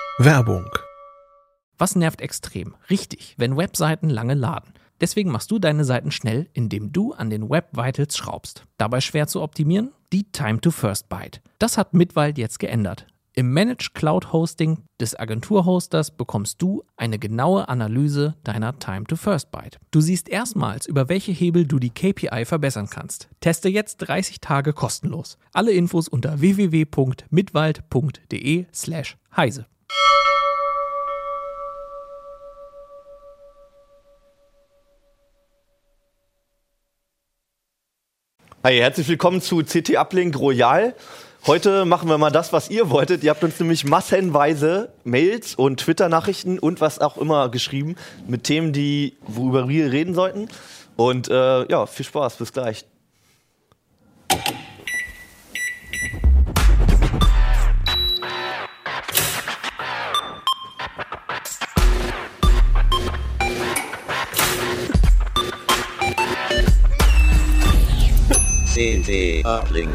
Werbung. Was nervt extrem? Richtig, wenn Webseiten lange laden. Deswegen machst du deine Seiten schnell, indem du an den Web Vitals schraubst. Dabei schwer zu optimieren? Die Time to First Byte. Das hat Midwald jetzt geändert. Im Managed Cloud Hosting des Agenturhosters bekommst du eine genaue Analyse deiner Time to First Byte. Du siehst erstmals, über welche Hebel du die KPI verbessern kannst. Teste jetzt 30 Tage kostenlos. Alle Infos unter www.midwald.de/heise. Hi, herzlich willkommen zu CT Uplink Royal. Heute machen wir mal das, was ihr wolltet. Ihr habt uns nämlich massenweise Mails und Twitter-Nachrichten und was auch immer geschrieben mit Themen, worüber wir reden sollten. Und ja, viel Spaß, bis gleich. CT Uplink.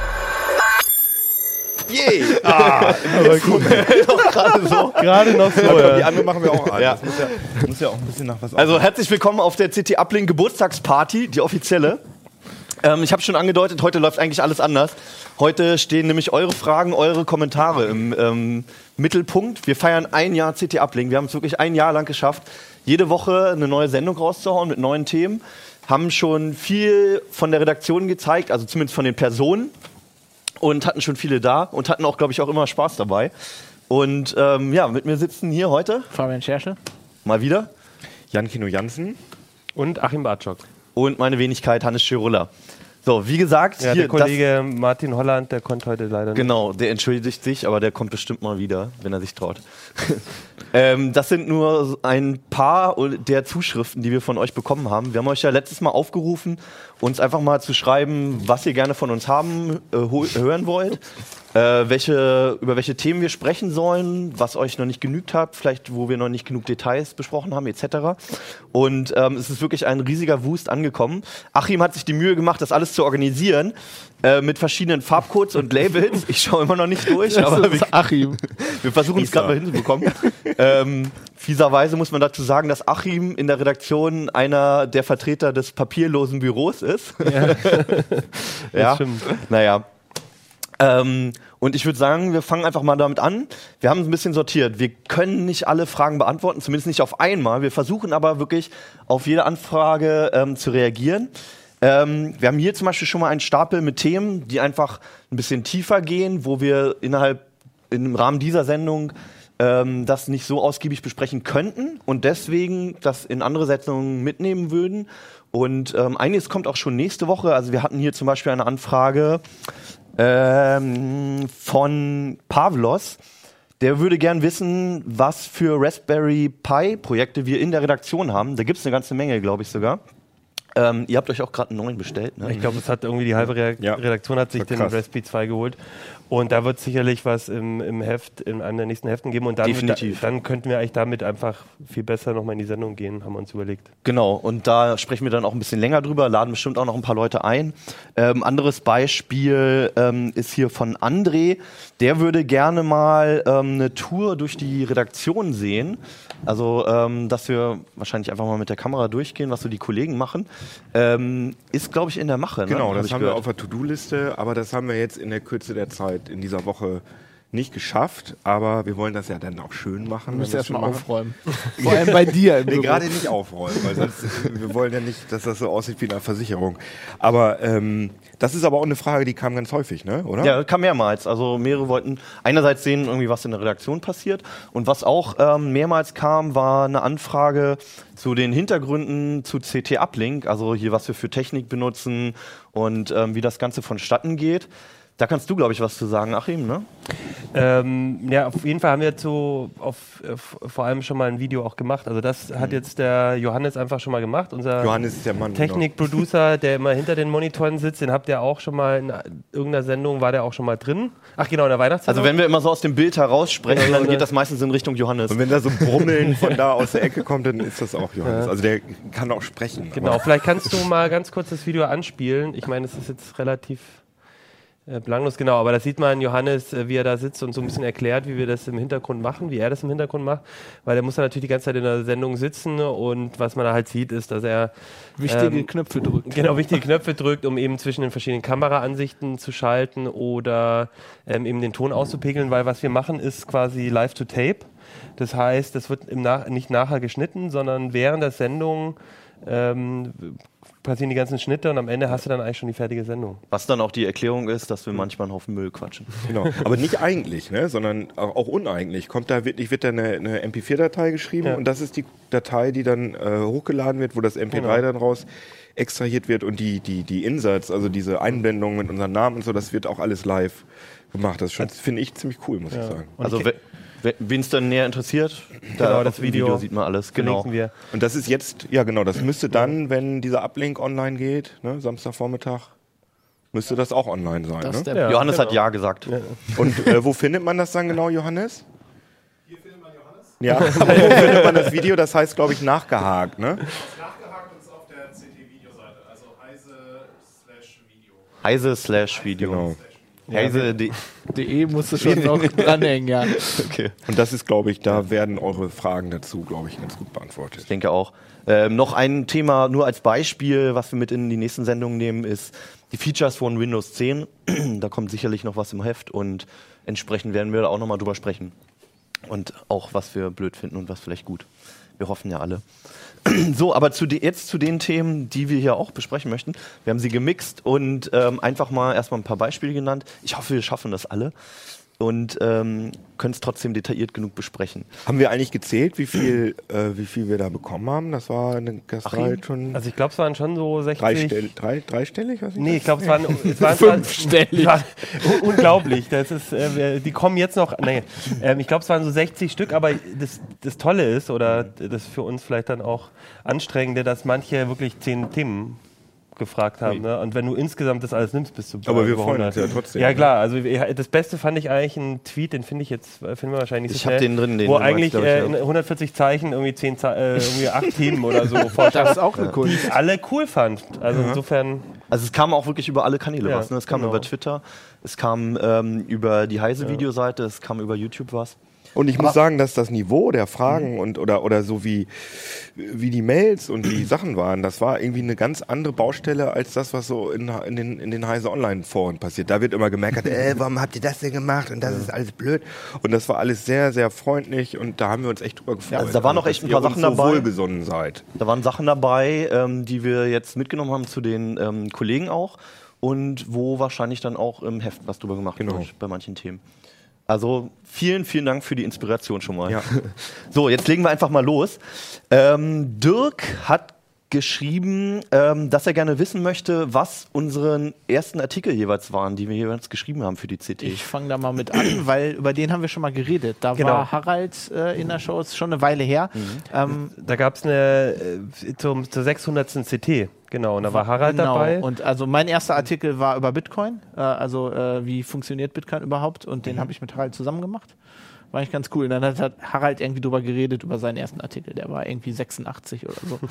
Yay! Aber gut. Gerade noch so. Ja. Die anderen machen wir auch an. Ja. Das muss ja auch ein bisschen nach was Also herzlich willkommen auf der CT Uplink Geburtstagsparty, die offizielle. Ich habe schon angedeutet, heute läuft eigentlich alles anders. Heute stehen nämlich eure Fragen, eure Kommentare im Mittelpunkt. Wir feiern ein Jahr CT Uplink. Wir haben es wirklich ein Jahr lang geschafft, jede Woche eine neue Sendung rauszuhauen mit neuen Themen. Haben schon viel von der Redaktion gezeigt, also zumindest von den Personen. Und hatten schon viele da und hatten auch, glaube ich, auch immer Spaß dabei. Und ja, mit mir sitzen hier heute Fabian Schersche. mal wieder. Jan-Kino Jansen. Und Achim Bartschok. Und meine Wenigkeit Hannes Schirulla. So, wie gesagt, Ja, hier der Kollege Martin Holland, der konnte heute leider nicht. Genau, der entschuldigt sich, aber der kommt bestimmt mal wieder, wenn er sich traut. Das sind nur ein paar der Zuschriften, die wir von euch bekommen haben. Wir haben euch ja letztes Mal aufgerufen, uns einfach mal zu schreiben, was ihr gerne von uns hören wollt, über welche Themen wir sprechen sollen, was euch noch nicht genügt hat, vielleicht wo wir noch nicht genug Details besprochen haben, etc. Und es ist wirklich ein riesiger Wust angekommen. Achim hat sich die Mühe gemacht, das alles zu organisieren, mit verschiedenen Farbcodes und Labels. Ich schaue immer noch nicht durch, aber Achim. wir versuchen es gerade mal hinzubekommen. Fieserweise muss man dazu sagen, dass Achim in der Redaktion einer der Vertreter des papierlosen Büros ist. Ja, stimmt. Naja. Und ich würde sagen, wir fangen einfach mal damit an. Wir haben es ein bisschen sortiert. Wir können nicht alle Fragen beantworten, zumindest nicht auf einmal. Wir versuchen aber wirklich auf jede Anfrage zu reagieren. Wir haben hier zum Beispiel schon mal einen Stapel mit Themen, die einfach ein bisschen tiefer gehen, wo wir im Rahmen dieser Sendung das nicht so ausgiebig besprechen könnten und deswegen das in andere Sendungen mitnehmen würden. Und einiges kommt auch schon nächste Woche. Also wir hatten hier zum Beispiel eine Anfrage von Pavlos. Der würde gern wissen, was für Raspberry Pi Projekte wir in der Redaktion haben. Da gibt es eine ganze Menge, glaube ich sogar. Ihr habt euch auch gerade einen neuen bestellt, ne? Ich glaube, es hat irgendwie die halbe Redaktion hat sich den Raspberry 2 geholt. Und da wird sicherlich was im Heft, in einem der nächsten Heften geben. Und dann, dann könnten wir eigentlich damit einfach viel besser nochmal in die Sendung gehen, haben wir uns überlegt. Genau, und da sprechen wir dann auch ein bisschen länger drüber, laden bestimmt auch noch ein paar Leute ein. Anderes Beispiel ist hier von André. Der würde gerne mal eine Tour durch die Redaktion sehen. Also, dass wir wahrscheinlich einfach mal mit der Kamera durchgehen, was so die Kollegen machen. Ist, glaube ich, in der Mache. Genau, ne? das haben wir auf der To-Do-Liste, aber das haben wir jetzt in der Kürze der Zeit in dieser Woche nicht geschafft. Aber wir wollen das ja dann auch schön machen. Du musst erstmal aufräumen. Vor allem bei dir im Büro. Gerade nicht aufräumen, weil sonst, wir wollen ja nicht, dass das so aussieht wie eine Versicherung. Aber das ist aber auch eine Frage, die kam ganz häufig, ne? Oder? Ja, kam mehrmals. Also mehrere wollten einerseits sehen, irgendwie was in der Redaktion passiert. Und was auch mehrmals kam, war eine Anfrage zu den Hintergründen zu CT Uplink. Also hier, was wir für Technik benutzen und wie das Ganze vonstatten geht. Da kannst du, glaube ich, was zu sagen, Achim, ne? Ja, auf jeden Fall haben wir vor allem schon mal ein Video auch gemacht. Also das hat jetzt der Johannes einfach schon mal gemacht. Unser Johannes ist der Mann, Technik-Producer, der immer hinter den Monitoren sitzt. Den habt ihr auch schon mal in irgendeiner Sendung, war der auch schon mal drin. Ach genau, in der Weihnachtssendung. Also wenn wir immer so aus dem Bild heraussprechen, dann geht das meistens in Richtung Johannes. Und wenn da so ein Brummeln von da aus der Ecke kommt, dann ist das auch Johannes. Also der kann auch sprechen. Genau, vielleicht kannst du mal ganz kurz das Video anspielen. Ich meine, es ist jetzt relativ Belanglos, genau, aber das sieht man Johannes, wie er da sitzt und so ein bisschen erklärt, wie wir das im Hintergrund machen, wie er das im Hintergrund macht, weil er muss dann natürlich die ganze Zeit in der Sendung sitzen und was man da halt sieht, ist, dass er wichtige Knöpfe drückt. Genau, wichtige Knöpfe drückt, um eben zwischen den verschiedenen Kameraansichten zu schalten oder eben den Ton auszupegeln, weil was wir machen, ist quasi live to tape. Das heißt, das wird nicht nachher geschnitten, sondern während der Sendung passieren die ganzen Schnitte und am Ende hast du dann eigentlich schon die fertige Sendung. Was dann auch die Erklärung ist, dass wir manchmal einen Haufen Müll quatschen. Genau, aber nicht eigentlich, ne? Sondern auch uneigentlich. Wird da eine MP4-Datei geschrieben und das ist die Datei, die dann hochgeladen wird, wo das MP3 dann raus extrahiert wird und die Inserts, also diese Einblendungen mit unserem Namen und so, das wird auch alles live gemacht. Das finde ich ziemlich cool, muss ich sagen. Also wen es dann näher interessiert, genau, das Video sieht man alles. Genau. Wir. Und das ist jetzt, das müsste dann, wenn dieser Uplink online geht, ne, Samstagvormittag, müsste das auch online sein. Ne? Johannes hat ja gesagt. Ja. Und wo findet man das dann genau, Johannes? Hier findet man Johannes. Ja, aber wo findet man das Video? Das heißt, glaube ich, nachgehakt, ne? Nachgehakt ist auf der CT-Videoseite, also heise/video. Heise/video. Genau. Heise.de musst du schon noch dranhängen, ja. Okay. Und das ist, glaube ich, da werden eure Fragen dazu, glaube ich, ganz gut beantwortet. Ich denke auch. Noch ein Thema nur als Beispiel, was wir mit in die nächsten Sendungen nehmen, ist die Features von Windows 10. Da kommt sicherlich noch was im Heft und entsprechend werden wir da auch nochmal drüber sprechen. Und auch, was wir blöd finden und was vielleicht gut. Wir hoffen ja alle. So, aber jetzt zu den Themen, die wir hier auch besprechen möchten. Wir haben sie gemixt und einfach mal erstmal ein paar Beispiele genannt. Ich hoffe, wir schaffen das alle und können es trotzdem detailliert genug besprechen. Haben wir eigentlich gezählt, wie viel wir da bekommen haben? Das war schon... Also ich glaube, es waren schon so 60... Dreistellig? Nee, ich glaube, es waren fünfstellig. Unglaublich. Das ist, die kommen jetzt noch... Nee, ich glaube, es waren so 60 Stück, aber das Tolle ist, oder das für uns vielleicht dann auch Anstrengende, dass manche wirklich 10 Themen gefragt haben. Ne? Und wenn du insgesamt das alles nimmst, bist du aber wir freuen uns ja trotzdem. Ja klar, also das Beste fand ich eigentlich einen Tweet, den finden wir wahrscheinlich nicht so schnell. Ich habe den drin. Wo eigentlich in 140 Zeichen irgendwie 8 Themen oder so Das ist auch eine Kunst. Die ich alle cool fand. Also insofern... Also es kam auch wirklich über alle Kanäle was. Ne? Es kam über Twitter, es kam über die Heise-Videoseite, es kam über YouTube was. Und ich muss sagen, dass das Niveau der Fragen oder so wie die Mails und die Sachen waren, das war irgendwie eine ganz andere Baustelle als das, was so in den Heise Online-Foren passiert. Da wird immer gemerkt, warum habt ihr das denn gemacht und das ist alles blöd. Und das war alles sehr, sehr freundlich und da haben wir uns echt drüber gefreut. Also da waren noch echt ein paar Sachen dabei. So wohlgesonnen seid. Da waren Sachen dabei, die wir jetzt mitgenommen haben zu den Kollegen auch und wo wahrscheinlich dann auch im Heft was drüber gemacht wird bei manchen Themen. Also vielen, vielen Dank für die Inspiration schon mal. Ja. So, jetzt legen wir einfach mal los. Dirk hat geschrieben, dass er gerne wissen möchte, was unsere ersten Artikel jeweils waren, die wir jeweils geschrieben haben für die CT. Ich fange da mal mit an, weil über den haben wir schon mal geredet. Da war Harald in der Show, ist schon eine Weile her. Da gab es zur 600. CT. Genau, und da war Harald dabei. Und also mein erster Artikel war über Bitcoin, wie funktioniert Bitcoin überhaupt, und den habe ich mit Harald zusammen gemacht. War eigentlich ganz cool. Und dann hat Harald irgendwie drüber geredet, über seinen ersten Artikel. Der war irgendwie 86 oder so.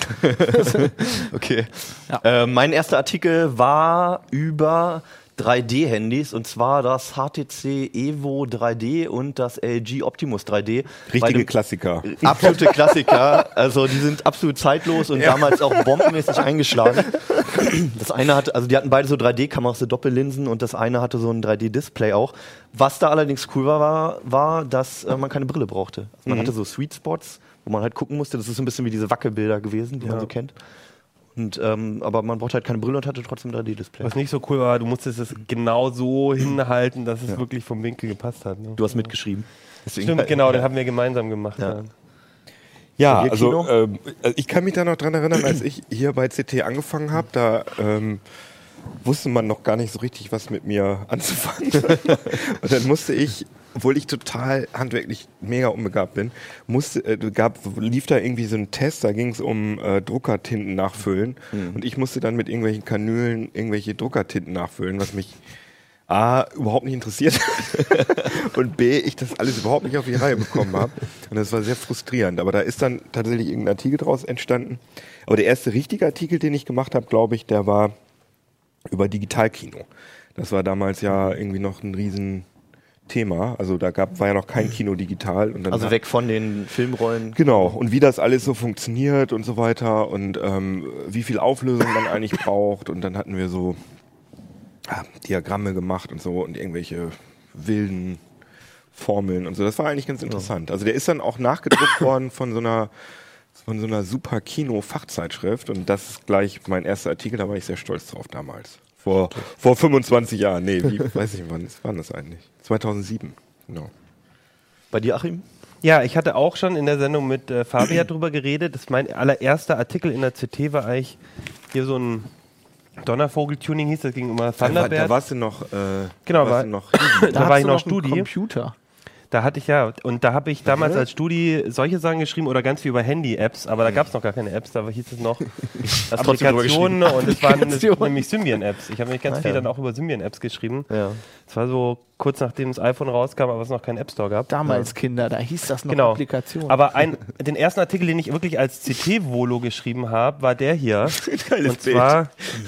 Okay. Ja. Mein erster Artikel war über 3D-Handys, und zwar das HTC Evo 3D und das LG Optimus 3D. Richtige Klassiker. Absolute Klassiker. Also die sind absolut zeitlos und damals auch bombenmäßig eingeschlagen. Das eine die hatten beide so 3D-Kameras, so Doppellinsen, und das eine hatte so ein 3D-Display auch. Was da allerdings cool war, dass man keine Brille brauchte. Also man hatte so Sweet Spots, wo man halt gucken musste. Das ist so ein bisschen wie diese Wackelbilder gewesen, die man so kennt. Und, aber man braucht halt keine Brille und hatte trotzdem 3D-Display. Was nicht so cool war, du musstest es genau so hinhalten, dass es wirklich vom Winkel gepasst hat. Ne? Du hast mitgeschrieben. Deswegen stimmt, genau, den haben wir gemeinsam gemacht. Ja, also ich kann mich da noch dran erinnern, als ich hier bei CT angefangen habe, da wusste man noch gar nicht so richtig, was mit mir anzufangen. Und dann musste ich, obwohl ich total handwerklich mega unbegabt bin, lief da irgendwie so ein Test, da ging es um Druckertinten nachfüllen. Und ich musste dann mit irgendwelchen Kanülen irgendwelche Druckertinten nachfüllen, was mich A, überhaupt nicht interessiert und B, ich das alles überhaupt nicht auf die Reihe bekommen habe. Und das war sehr frustrierend. Aber da ist dann tatsächlich irgendein Artikel draus entstanden. Aber der erste richtige Artikel, den ich gemacht habe, glaube ich, der war über Digitalkino. Das war damals ja irgendwie noch ein Riesenthema. Also da war ja noch kein Kino digital. Und dann also weg von den Filmrollen. Genau, und wie das alles so funktioniert und so weiter und wie viel Auflösung man eigentlich braucht. Und dann hatten wir so Diagramme gemacht und so und irgendwelche wilden Formeln und so. Das war eigentlich ganz interessant. Also der ist dann auch nachgedruckt worden von so einer super Kino-Fachzeitschrift und das ist gleich mein erster Artikel, da war ich sehr stolz drauf damals. Vor 25 Jahren. Nee, weiß ich nicht, wann war das eigentlich? 2007, genau. Bei dir, Achim? Ja, ich hatte auch schon in der Sendung mit Fabian drüber geredet. Das mein allererster Artikel in der CT war eigentlich hier so ein Donnervogel-Tuning hieß, das ging um Thunderbird. Da warst du noch, genau, da war ich noch Studi. Computer. Da hatte ich und da habe ich damals als Studi solche Sachen geschrieben oder ganz viel über Handy-Apps, aber da gab es noch gar keine Apps, da hieß es noch Applikationen und es waren nämlich Symbian-Apps. Ich habe nämlich ganz viel dann auch über Symbian-Apps geschrieben. Ja. Das war so kurz nachdem das iPhone rauskam, aber es noch keinen App Store gab. Damals Kinder, da hieß das noch Applikation. Aber den ersten Artikel, den ich wirklich als CT-Volo geschrieben habe, war der hier. Und zwar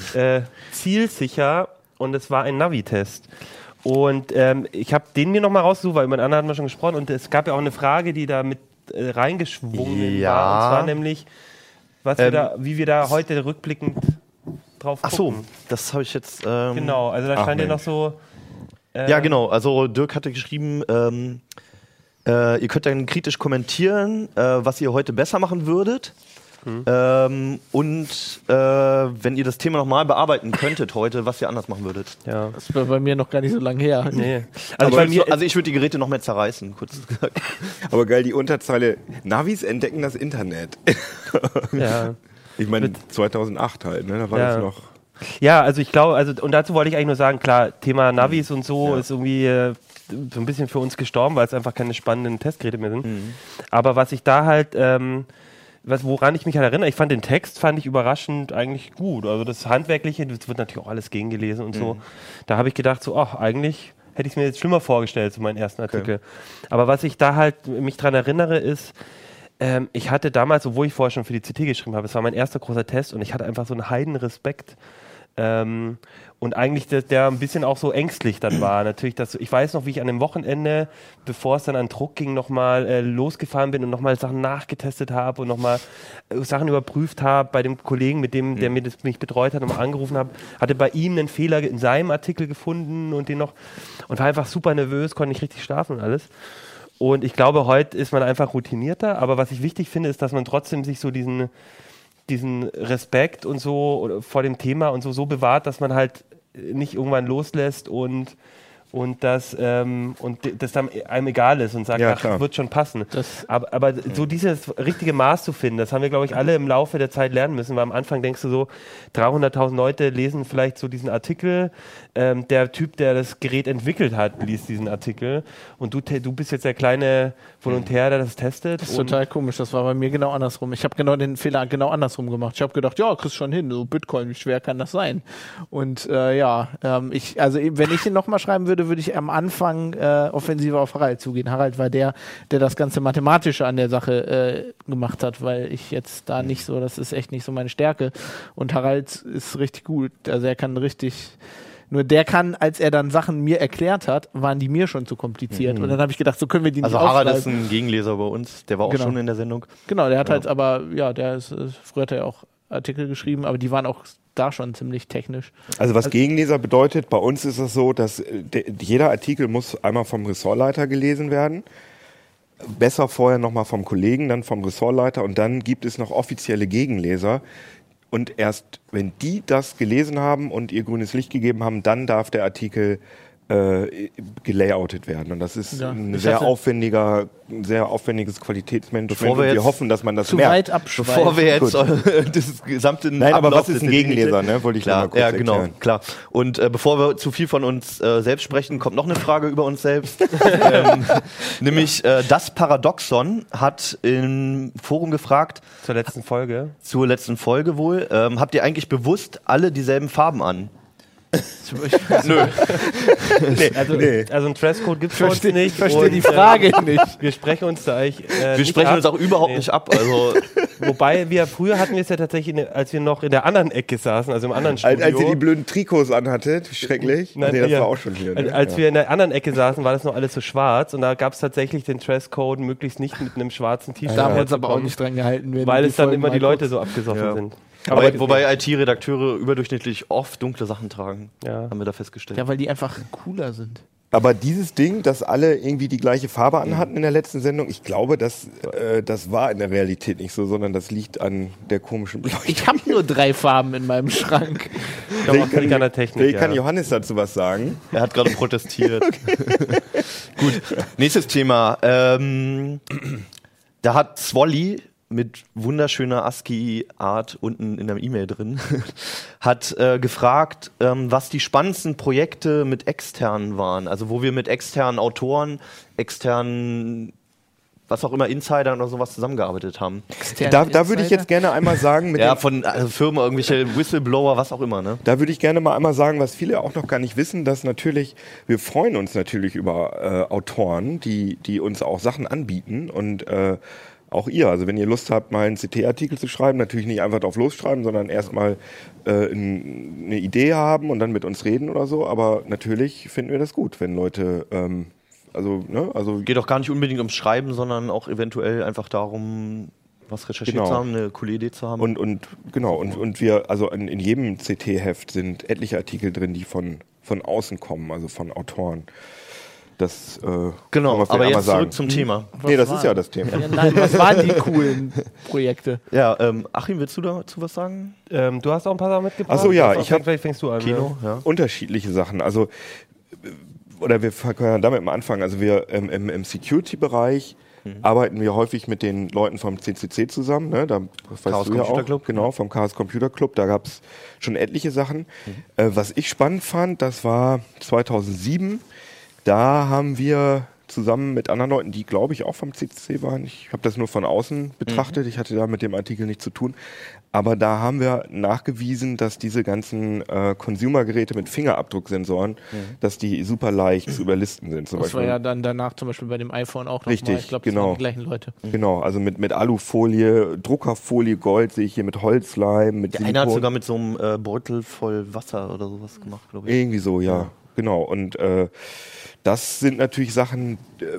zielsicher und es war ein Navi-Test. Und ich habe den mir nochmal rausgesucht, weil über den anderen hatten wir schon gesprochen. Und es gab ja auch eine Frage, die da mit reingeschwungen war. Und zwar nämlich, wie wir da heute rückblickend drauf gucken. Ach so, das habe ich jetzt... genau, also da stand ja noch so... ja, genau. Also Dirk hatte geschrieben, ihr könnt dann kritisch kommentieren, was ihr heute besser machen würdet. Und wenn ihr das Thema nochmal bearbeiten könntet heute, was ihr anders machen würdet. Ja. Das war bei mir noch gar nicht so lange her. Nee. Also ich würde die Geräte noch mehr zerreißen, kurz gesagt. Aber geil, die Unterzeile, Navis entdecken das Internet. Ja. Ich meine, 2008 halt, ne? Da war das noch... Ja, also ich glaube, und dazu wollte ich eigentlich nur sagen, klar, Thema Navis und so ist irgendwie so ein bisschen für uns gestorben, weil es einfach keine spannenden Testgeräte mehr sind. Aber was ich da halt... woran ich mich halt erinnere, ich fand den Text überraschend eigentlich gut. Also das Handwerkliche, das wird natürlich auch alles gegengelesen und so. Da habe ich gedacht, so, eigentlich hätte ich es mir jetzt schlimmer vorgestellt, so meinen ersten Artikel. Aber was ich da halt mich dran erinnere, ist, ich hatte damals, obwohl ich vorher schon für die CT geschrieben habe, es war mein erster großer Test und ich hatte einfach so einen Heidenrespekt. Und eigentlich der ein bisschen auch so ängstlich dann war. Natürlich, ich weiß noch, wie ich an dem Wochenende, bevor es dann an Druck ging, nochmal losgefahren bin und nochmal Sachen nachgetestet habe und nochmal Sachen überprüft habe bei dem Kollegen, mit dem, der mich betreut hat, nochmal angerufen habe, hatte bei ihm einen Fehler in seinem Artikel gefunden und war einfach super nervös, konnte nicht richtig schlafen und alles. Und ich glaube, heute ist man einfach routinierter, aber was ich wichtig finde, ist, dass man trotzdem sich so diesen Respekt und so vor dem Thema und so bewahrt, dass man halt nicht irgendwann loslässt und das dann einem egal ist und sagt, wird schon passen. Aber so dieses richtige Maß zu finden, das haben wir, glaube ich, alle im Laufe der Zeit lernen müssen, weil am Anfang denkst du so, 300.000 Leute lesen vielleicht so diesen Artikel, der Typ, der das Gerät entwickelt hat, liest diesen Artikel und du bist jetzt der kleine Volontär, der das testet. Das ist total komisch, das war bei mir genau andersrum. Ich habe genau den Fehler genau andersrum gemacht. Ich habe gedacht, ja, kriegst schon hin, so Bitcoin, wie schwer kann das sein? Und wenn ich den nochmal schreiben würde ich am Anfang offensiver auf Harald zugehen. Harald war der das ganze Mathematische an der Sache gemacht hat, weil ich jetzt da nicht so, das ist echt nicht so meine Stärke. Und Harald ist richtig gut. Also er kann nur der kann, als er dann Sachen mir erklärt hat, waren die mir schon zu kompliziert. Und dann habe ich gedacht, so können wir die nicht aufschreiben. Also Harald ist ein Gegenleser bei uns, der war auch schon in der Sendung. Genau, der hat früher hat er auch Artikel geschrieben, aber die waren auch da schon ziemlich technisch. Also was Gegenleser bedeutet, bei uns ist es so, dass jeder Artikel muss einmal vom Ressortleiter gelesen werden. Besser vorher nochmal vom Kollegen, dann vom Ressortleiter und dann gibt es noch offizielle Gegenleser. Und erst wenn die das gelesen haben und ihr grünes Licht gegeben haben, dann darf der Artikel gelayoutet werden. Und das ist ein sehr aufwendiges Qualitätsmanagement. Wir hoffen, dass man das merkt. Bevor wir jetzt das gesamte Nein, aber was ist ein Gegenleser? Ne? Wollte ich mal kurz erklären. Genau, klar. Und bevor wir zu viel von uns selbst sprechen, kommt noch eine Frage über uns selbst. Nämlich das Paradoxon hat im Forum gefragt. Zur letzten Folge wohl. Habt ihr eigentlich bewusst alle dieselben Farben an? Nö. Also ein Dresscode gibt es bei uns nicht. Ich verstehe die Frage nicht. Wir sprechen uns da eigentlich wir sprechen uns auch überhaupt nicht ab. Also wobei früher hatten wir es ja tatsächlich, als wir noch in der anderen Ecke saßen, also im anderen Studio. Als ihr die blöden Trikots anhattet, schrecklich. Nein, das war auch schon hier. Ne? Als wir in der anderen Ecke saßen, war das noch alles so schwarz und da gab es tatsächlich den Dresscode, möglichst nicht mit einem schwarzen T-Shirt. Da haben wir uns aber auch nicht dran gehalten. Weil es dann immer die Leute so abgesoffen sind. Aber wobei IT-Redakteure überdurchschnittlich oft dunkle Sachen tragen, haben wir da festgestellt. Ja, weil die einfach cooler sind. Aber dieses Ding, dass alle irgendwie die gleiche Farbe anhatten in der letzten Sendung, ich glaube, das war in der Realität nicht so, sondern das liegt an der komischen Beleuchtung. Ich habe nur 3 Farben in meinem Schrank. Vielleicht kann Johannes dazu was sagen. Er hat gerade protestiert. Gut, nächstes Thema. Da hat Swolly mit wunderschöner ASCII-Art unten in der E-Mail drin, hat gefragt, was die spannendsten Projekte mit externen waren. Also wo wir mit externen Autoren, externen, was auch immer, Insidern oder sowas zusammengearbeitet haben. Da würde ich jetzt gerne einmal sagen... von Firmen, irgendwelche Whistleblower, was auch immer. Ne? Da würde ich gerne mal einmal sagen, was viele auch noch gar nicht wissen, dass natürlich, wir freuen uns natürlich über Autoren, die uns auch Sachen anbieten und auch ihr, also wenn ihr Lust habt, mal einen CT-Artikel zu schreiben, natürlich nicht einfach drauf losschreiben, sondern erstmal eine Idee haben und dann mit uns reden oder so, aber natürlich finden wir das gut, wenn Leute, geht auch gar nicht unbedingt ums Schreiben, sondern auch eventuell einfach darum, was recherchiert zu haben, eine coole Idee zu haben. Und wir, also in jedem CT-Heft sind etliche Artikel drin, die von außen kommen, also von Autoren. Das, aber jetzt zurück zum Thema. Das ist ja das Thema. Ja, nein, was waren die coolen Projekte? Ja, Achim, willst du dazu was sagen? Du hast auch ein paar Sachen mitgebracht. Achso, ja. Vielleicht fängst du an. Kino, ja. Unterschiedliche Sachen. Also, oder wir können damit mal anfangen. Also wir im Security-Bereich arbeiten wir häufig mit den Leuten vom CCC zusammen. Ne? Da Chaos Computer Club. Genau, vom Chaos Computer Club. Da gab es schon etliche Sachen. Was ich spannend fand, das war 2007. Da haben wir zusammen mit anderen Leuten, die glaube ich auch vom CCC waren, ich habe das nur von außen betrachtet, ich hatte da mit dem Artikel nichts zu tun, aber da haben wir nachgewiesen, dass diese ganzen Consumer-Geräte mit Fingerabdrucksensoren, dass die super leicht zu überlisten sind. Zum Beispiel. War ja dann danach zum Beispiel bei dem iPhone auch noch Richtig, mal. Ich glaube, das waren die gleichen Leute. Genau, also mit Alufolie, Druckerfolie, Gold sehe ich hier mit Holzleim, mit Silikon. Einer hat sogar mit so einem Beutel voll Wasser oder sowas gemacht, glaube ich. Irgendwie so, ja. Genau, und das sind natürlich Sachen,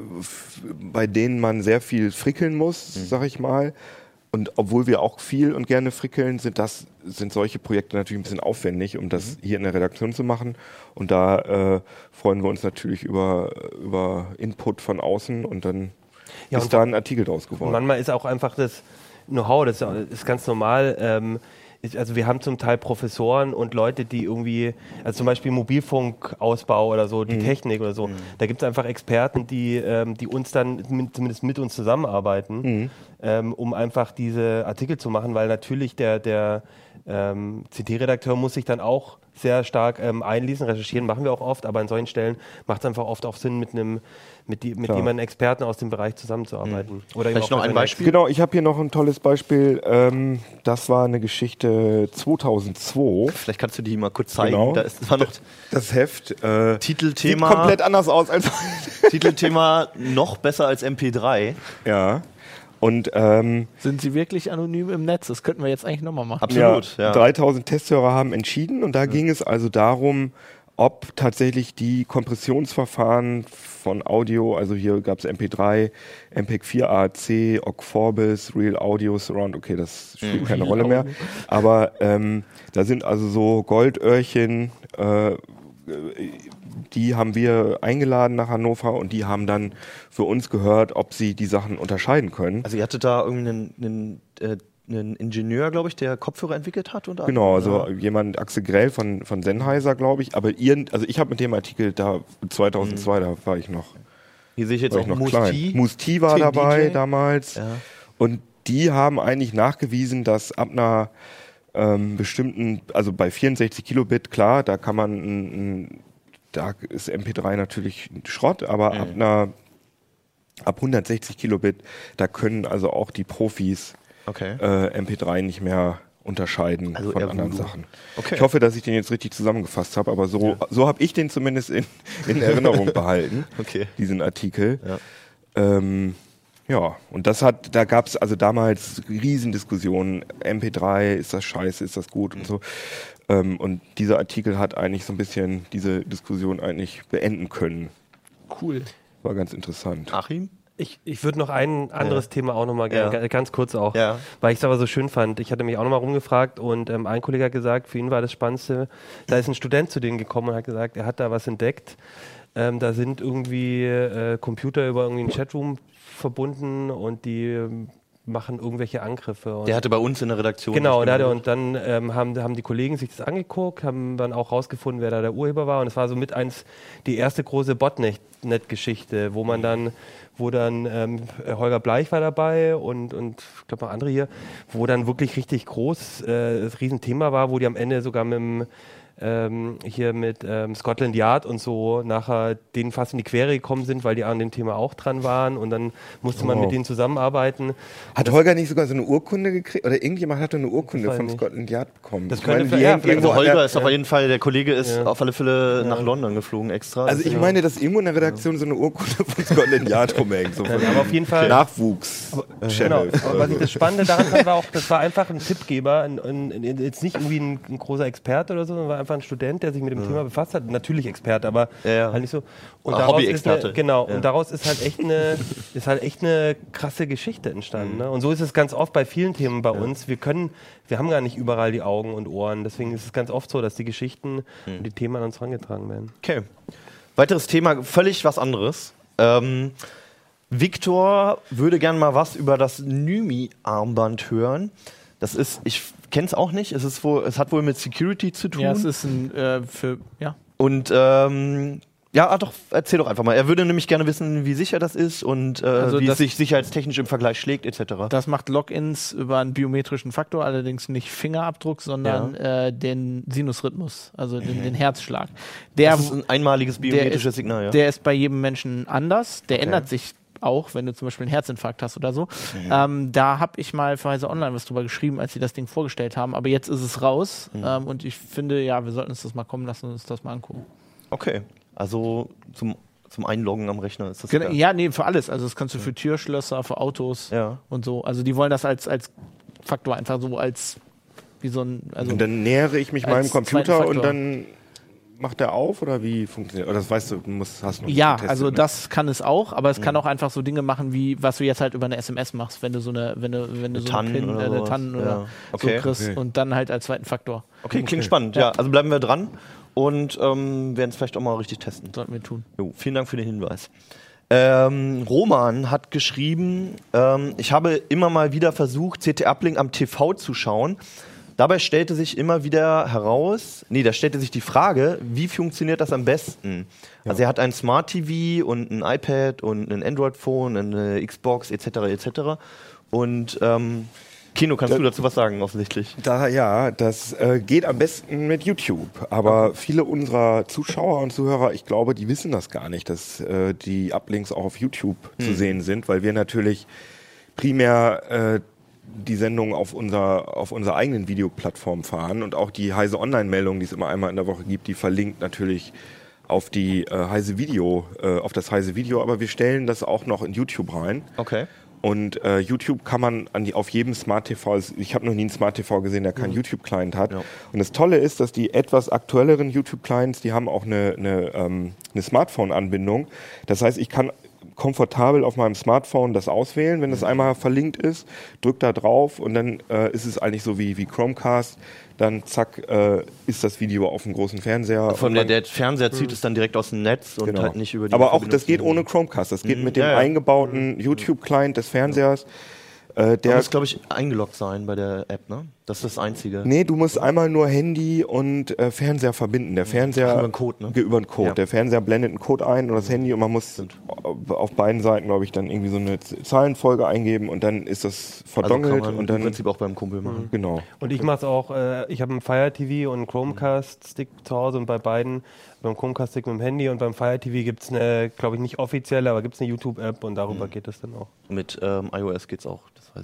bei denen man sehr viel frickeln muss, sag ich mal. Und obwohl wir auch viel und gerne frickeln, sind solche Projekte natürlich ein bisschen aufwendig, um das hier in der Redaktion zu machen. Und da freuen wir uns natürlich über Input von außen und dann ist da ein Artikel draus geworden. Manchmal ist auch einfach das Know-how, das ist ganz normal. Also wir haben zum Teil Professoren und Leute, die irgendwie, also zum Beispiel Mobilfunkausbau oder so, die Technik oder so, da gibt es einfach Experten, die uns dann zumindest mit uns zusammenarbeiten, um einfach diese Artikel zu machen, weil natürlich der CT-Redakteur muss sich dann auch sehr stark einlesen, recherchieren, machen wir auch oft, aber an solchen Stellen macht es einfach oft auch Sinn, mit jemandem Experten aus dem Bereich zusammenzuarbeiten. Oder vielleicht noch ein Beispiel? Genau, ich habe hier noch ein tolles Beispiel. Das war eine Geschichte 2002. Vielleicht kannst du die mal kurz zeigen. Genau. War noch das Heft Titelthema, sieht komplett anders aus als Titelthema noch besser als MP3. Ja. Und, sind sie wirklich anonym im Netz? Das könnten wir jetzt eigentlich nochmal machen. Absolut. Ja, 3000 Testhörer haben entschieden und da ging es also darum, ob tatsächlich die Kompressionsverfahren von Audio, also hier gab es MP3, MPEG-4 AAC, Ogg Vorbis, Real Audio, Surround, okay, das spielt keine Rolle mehr, aber da sind also so Goldöhrchen, die haben wir eingeladen nach Hannover und die haben dann für uns gehört, ob sie die Sachen unterscheiden können. Also ihr hattet da irgendeinen einen Ingenieur, glaube ich, der Kopfhörer entwickelt hat? Genau, also jemand, Axel Grell von Sennheiser, glaube ich. Aber ich habe mit dem Artikel da 2002, da war ich noch. Hier sehe ich jetzt auch Moose T war dabei damals. Ja. Und die haben eigentlich nachgewiesen, dass ab einer bestimmten, also bei 64 Kilobit, klar, da kann man, da ist MP3 natürlich Schrott, aber ab 160 Kilobit, da können also auch die Profis MP3 nicht mehr unterscheiden von anderen Voodoo. Sachen. Okay. Ich hoffe, dass ich den jetzt richtig zusammengefasst habe, aber so habe ich den zumindest in Erinnerung behalten, diesen Artikel. Ja, und da gab es also damals Riesendiskussionen, MP3, ist das scheiße, ist das gut und so. Und dieser Artikel hat eigentlich so ein bisschen diese Diskussion eigentlich beenden können. Cool. War ganz interessant. Achim? Ich würde noch ein anderes Thema auch nochmal gerne, ganz kurz auch, weil ich es aber so schön fand. Ich hatte mich auch nochmal rumgefragt und ein Kollege hat gesagt, für ihn war das Spannendste, da ist ein Student zu denen gekommen und hat gesagt, er hat da was entdeckt. Da sind irgendwie Computer über irgendwie einen Chatroom verbunden und die machen irgendwelche Angriffe. Und der hatte bei uns in der Redaktion. Genau, und dann haben die Kollegen sich das angeguckt, haben dann auch rausgefunden, wer da der Urheber war. Und es war so mit die erste große Botnet-Geschichte, wo dann Holger Bleich war dabei und ich glaube noch andere hier, wo dann wirklich richtig groß das Riesenthema war, wo die am Ende sogar mit Scotland Yard und so nachher denen fast in die Quere gekommen sind, weil die an dem Thema auch dran waren und dann musste man mit denen zusammenarbeiten. Hat Holger nicht sogar so eine Urkunde gekriegt? Oder irgendjemand hat eine Urkunde von Scotland Yard bekommen? Das Holger ist auf jeden Fall, der Kollege ist auf alle Fälle nach London geflogen extra. Also ich meine, dass irgendwo in der Redaktion so eine Urkunde von Scotland Yard rumhängt. So aber auf jeden Fall Nachwuchs-Channel. Genau. Aber was ich das Spannende daran fand, war auch, das war einfach ein Tippgeber, jetzt nicht irgendwie ein großer Experte oder so, sondern war einfach ein Student, der sich mit dem Thema befasst hat. Natürlich Experte, aber halt nicht so. Und Hobby-Experte. Und daraus ist halt echt eine krasse Geschichte entstanden. Ne? Und so ist es ganz oft bei vielen Themen bei uns. Wir haben gar nicht überall die Augen und Ohren. Deswegen ist es ganz oft so, dass die Geschichten und die Themen an uns herangetragen werden. Okay. Weiteres Thema, völlig was anderes. Victor würde gerne mal was über das Nymi-Armband hören. Das ist, ich kenne es auch nicht, es hat wohl mit Security zu tun. Ja, es ist Und doch, erzähl doch einfach mal. Er würde nämlich gerne wissen, wie sicher das ist und wie es sich sicherheitstechnisch im Vergleich schlägt, etc. Das macht Logins über einen biometrischen Faktor, allerdings nicht Fingerabdruck, sondern den Sinusrhythmus, also den Herzschlag. Das ist ein einmaliges biometrisches Signal, ja? Der ist bei jedem Menschen anders, der ändert sich auch, wenn du zum Beispiel einen Herzinfarkt hast oder so. Da habe ich mal für Heise Online was drüber geschrieben, als sie das Ding vorgestellt haben, aber jetzt ist es raus und ich finde, wir sollten uns das mal kommen lassen und uns das mal angucken. Okay, also zum Einloggen am Rechner ist das für alles. Also das kannst du für Türschlösser, für Autos und so. Also die wollen das als Faktor einfach so als wie so ein... Also und dann nähere ich mich meinem Computer und dann macht er auf oder wie funktioniert? Oder das weißt du, hast noch nicht getestet, also das kann es auch, aber es kann auch einfach so Dinge machen, wie was du jetzt halt über eine SMS machst, wenn du so eine TAN oder so kriegst und dann halt als zweiten Faktor. Okay, klingt spannend. Ja, also bleiben wir dran und werden es vielleicht auch mal richtig testen. Sollten wir tun. Jo, vielen Dank für den Hinweis. Roman hat geschrieben, ich habe immer mal wieder versucht, CT Uplink am TV zu schauen. Dabei stellte sich immer wieder da stellte sich die Frage, wie funktioniert das am besten? Ja. Also er hat ein Smart TV und ein iPad und ein Android-Phone, eine Xbox etc. Und Kino, kannst du dazu was sagen, offensichtlich? Das geht am besten mit YouTube. Aber viele unserer Zuschauer und Zuhörer, ich glaube, die wissen das gar nicht, dass die Uplinks auch auf YouTube zu sehen sind, weil wir natürlich primär die Sendung auf unserer eigenen Videoplattform fahren und auch die Heise Online-Meldung, die es immer einmal in der Woche gibt, die verlinkt natürlich auf die Heise Video, auf das Heise Video, aber wir stellen das auch noch in YouTube rein. Okay. Und YouTube kann man auf jedem Smart TV, ich habe noch nie einen Smart TV gesehen, der keinen YouTube-Client hat. Ja. Und das Tolle ist, dass die etwas aktuelleren YouTube-Clients, die haben auch eine Smartphone-Anbindung. Das heißt, ich kann komfortabel auf meinem Smartphone das auswählen, wenn es einmal verlinkt ist, drück da drauf und dann ist es eigentlich so wie Chromecast, dann zack, ist das Video auf dem großen Fernseher. Der Fernseher zieht es dann direkt aus dem Netz und halt nicht über die... Aber auch das geht ohne Chromecast, das geht mit dem eingebauten YouTube-Client des Fernsehers. Der muss, glaube ich, eingeloggt sein bei der App, ne? Das ist das Einzige. Nee, du musst einmal nur Handy und Fernseher verbinden. Der Fernseher über einen Code, ne? Über einen Code. Ja. Der Fernseher blendet einen Code ein oder das Handy und man muss auf beiden Seiten, glaube ich, dann irgendwie so eine Zahlenfolge eingeben und dann ist das verdongelt. Also kann man und dann im Prinzip auch beim Kumpel machen. Genau. Und ich mache es auch, ich habe einen Fire TV und einen Chromecast-Stick zu Hause und bei beiden, beim Chromecast-Stick mit dem Handy und beim Fire TV gibt es eine, glaube ich nicht offizielle, aber gibt es eine YouTube-App und darüber geht es dann auch. Mit iOS geht's auch, das weiß ich.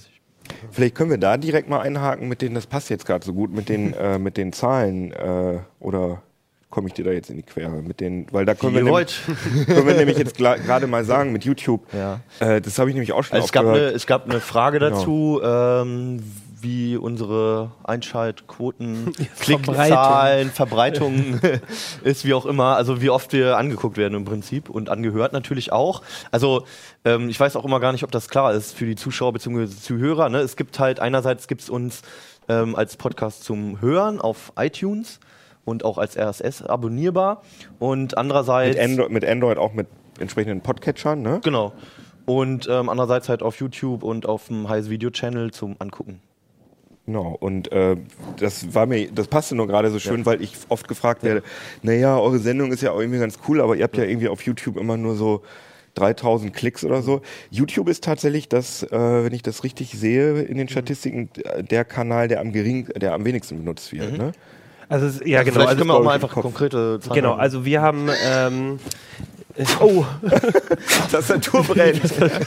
Vielleicht können wir da direkt mal einhaken mit denen, das passt jetzt gerade so gut, mit den Zahlen oder komme ich dir da jetzt in die Quere mit den, weil da können wir nämlich jetzt gerade mal sagen mit YouTube, das habe ich nämlich auch schon gehört. Es gab eine Frage dazu, wie unsere Einschaltquoten, Klickzahlen, Verbreitungen ist, wie auch immer, also wie oft wir angeguckt werden im Prinzip und angehört natürlich auch. Also ich weiß auch immer gar nicht, ob das klar ist für die Zuschauer bzw. Zuhörer. Ne? Es gibt halt einerseits gibt's uns als Podcast zum Hören auf iTunes und auch als RSS abonnierbar und andererseits mit Android auch mit entsprechenden Podcatchern, ne? Genau. Und andererseits halt auf YouTube und auf dem Heise Video Channel zum Angucken. Genau, und das passte nur gerade so schön, weil ich oft gefragt werde, naja, eure Sendung ist ja auch irgendwie ganz cool, aber ihr habt ja irgendwie auf YouTube immer nur so 3000 Klicks oder so. YouTube ist tatsächlich das, wenn ich das richtig sehe, in den Statistiken der Kanal, der am wenigsten benutzt wird. Ne? Also genau. Vielleicht können wir auch mal einfach konkrete Zahlen Genau, also wir haben Tastatur brennt.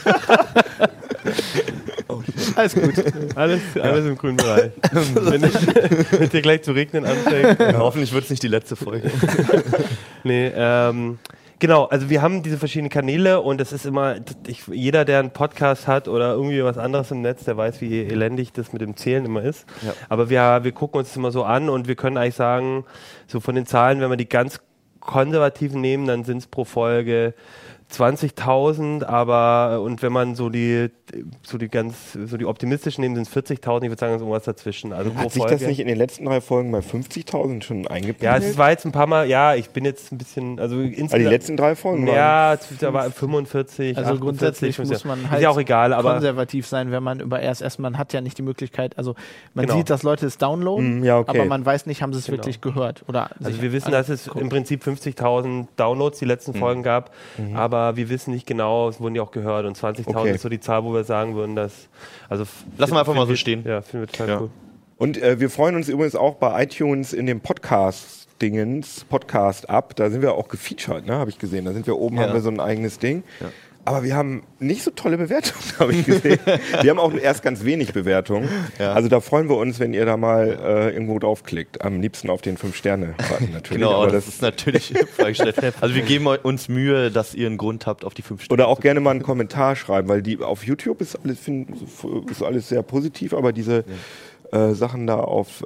Alles gut. Alles im grünen Bereich. Wenn dir gleich zu regnen anfängt. Hoffentlich wird es nicht die letzte Folge. Nee, genau, also wir haben diese verschiedenen Kanäle und es ist immer, jeder, der einen Podcast hat oder irgendwie was anderes im Netz, der weiß, wie elendig das mit dem Zählen immer ist. Ja. Aber wir gucken uns das immer so an und wir können eigentlich sagen, so von den Zahlen, wenn wir die ganz konservativen nehmen, dann sind es pro Folge 20.000, aber und wenn man so die optimistischen nehmen, sind es 40.000, ich würde sagen, so irgendwas dazwischen. Also hat sich das nicht in den letzten 3 Folgen bei 50.000 schon eingependelt? Ja, es war jetzt ein paar Mal, ich bin jetzt ein bisschen, also insgesamt. Die letzten 3 Folgen? Ja, da war 45, also 48, grundsätzlich muss man halt ist ja auch egal, aber konservativ sein, wenn man über RSS, man hat ja nicht die Möglichkeit, also man sieht, dass Leute es downloaden, aber man weiß nicht, haben sie es wirklich gehört. Oder also wir wissen, dass es im Prinzip 50.000 Downloads die letzten Folgen gab, aber wir wissen nicht genau, es wurden die auch gehört und 20.000 ist so die Zahl, wo wir sagen würden, dass, also lassen wir einfach mal so stehen. Ja, finden wir total cool. Und wir freuen uns übrigens auch bei iTunes in dem Podcast ab, da sind wir auch gefeatured, ne, habe ich gesehen, da sind wir oben, haben wir so ein eigenes Ding. Ja. Aber wir haben nicht so tolle Bewertungen, habe ich gesehen. Wir haben auch erst ganz wenig Bewertungen. Ja. Also da freuen wir uns, wenn ihr da mal irgendwo draufklickt. Am liebsten auf den 5-Sterne-Button natürlich. Genau, aber das ist natürlich freigestellt. Also wir geben uns Mühe, dass ihr einen Grund habt, auf die 5 Sterne. Oder auch gerne mal einen Kommentar schreiben, weil auf YouTube ist alles sehr positiv, aber diese Sachen da auf,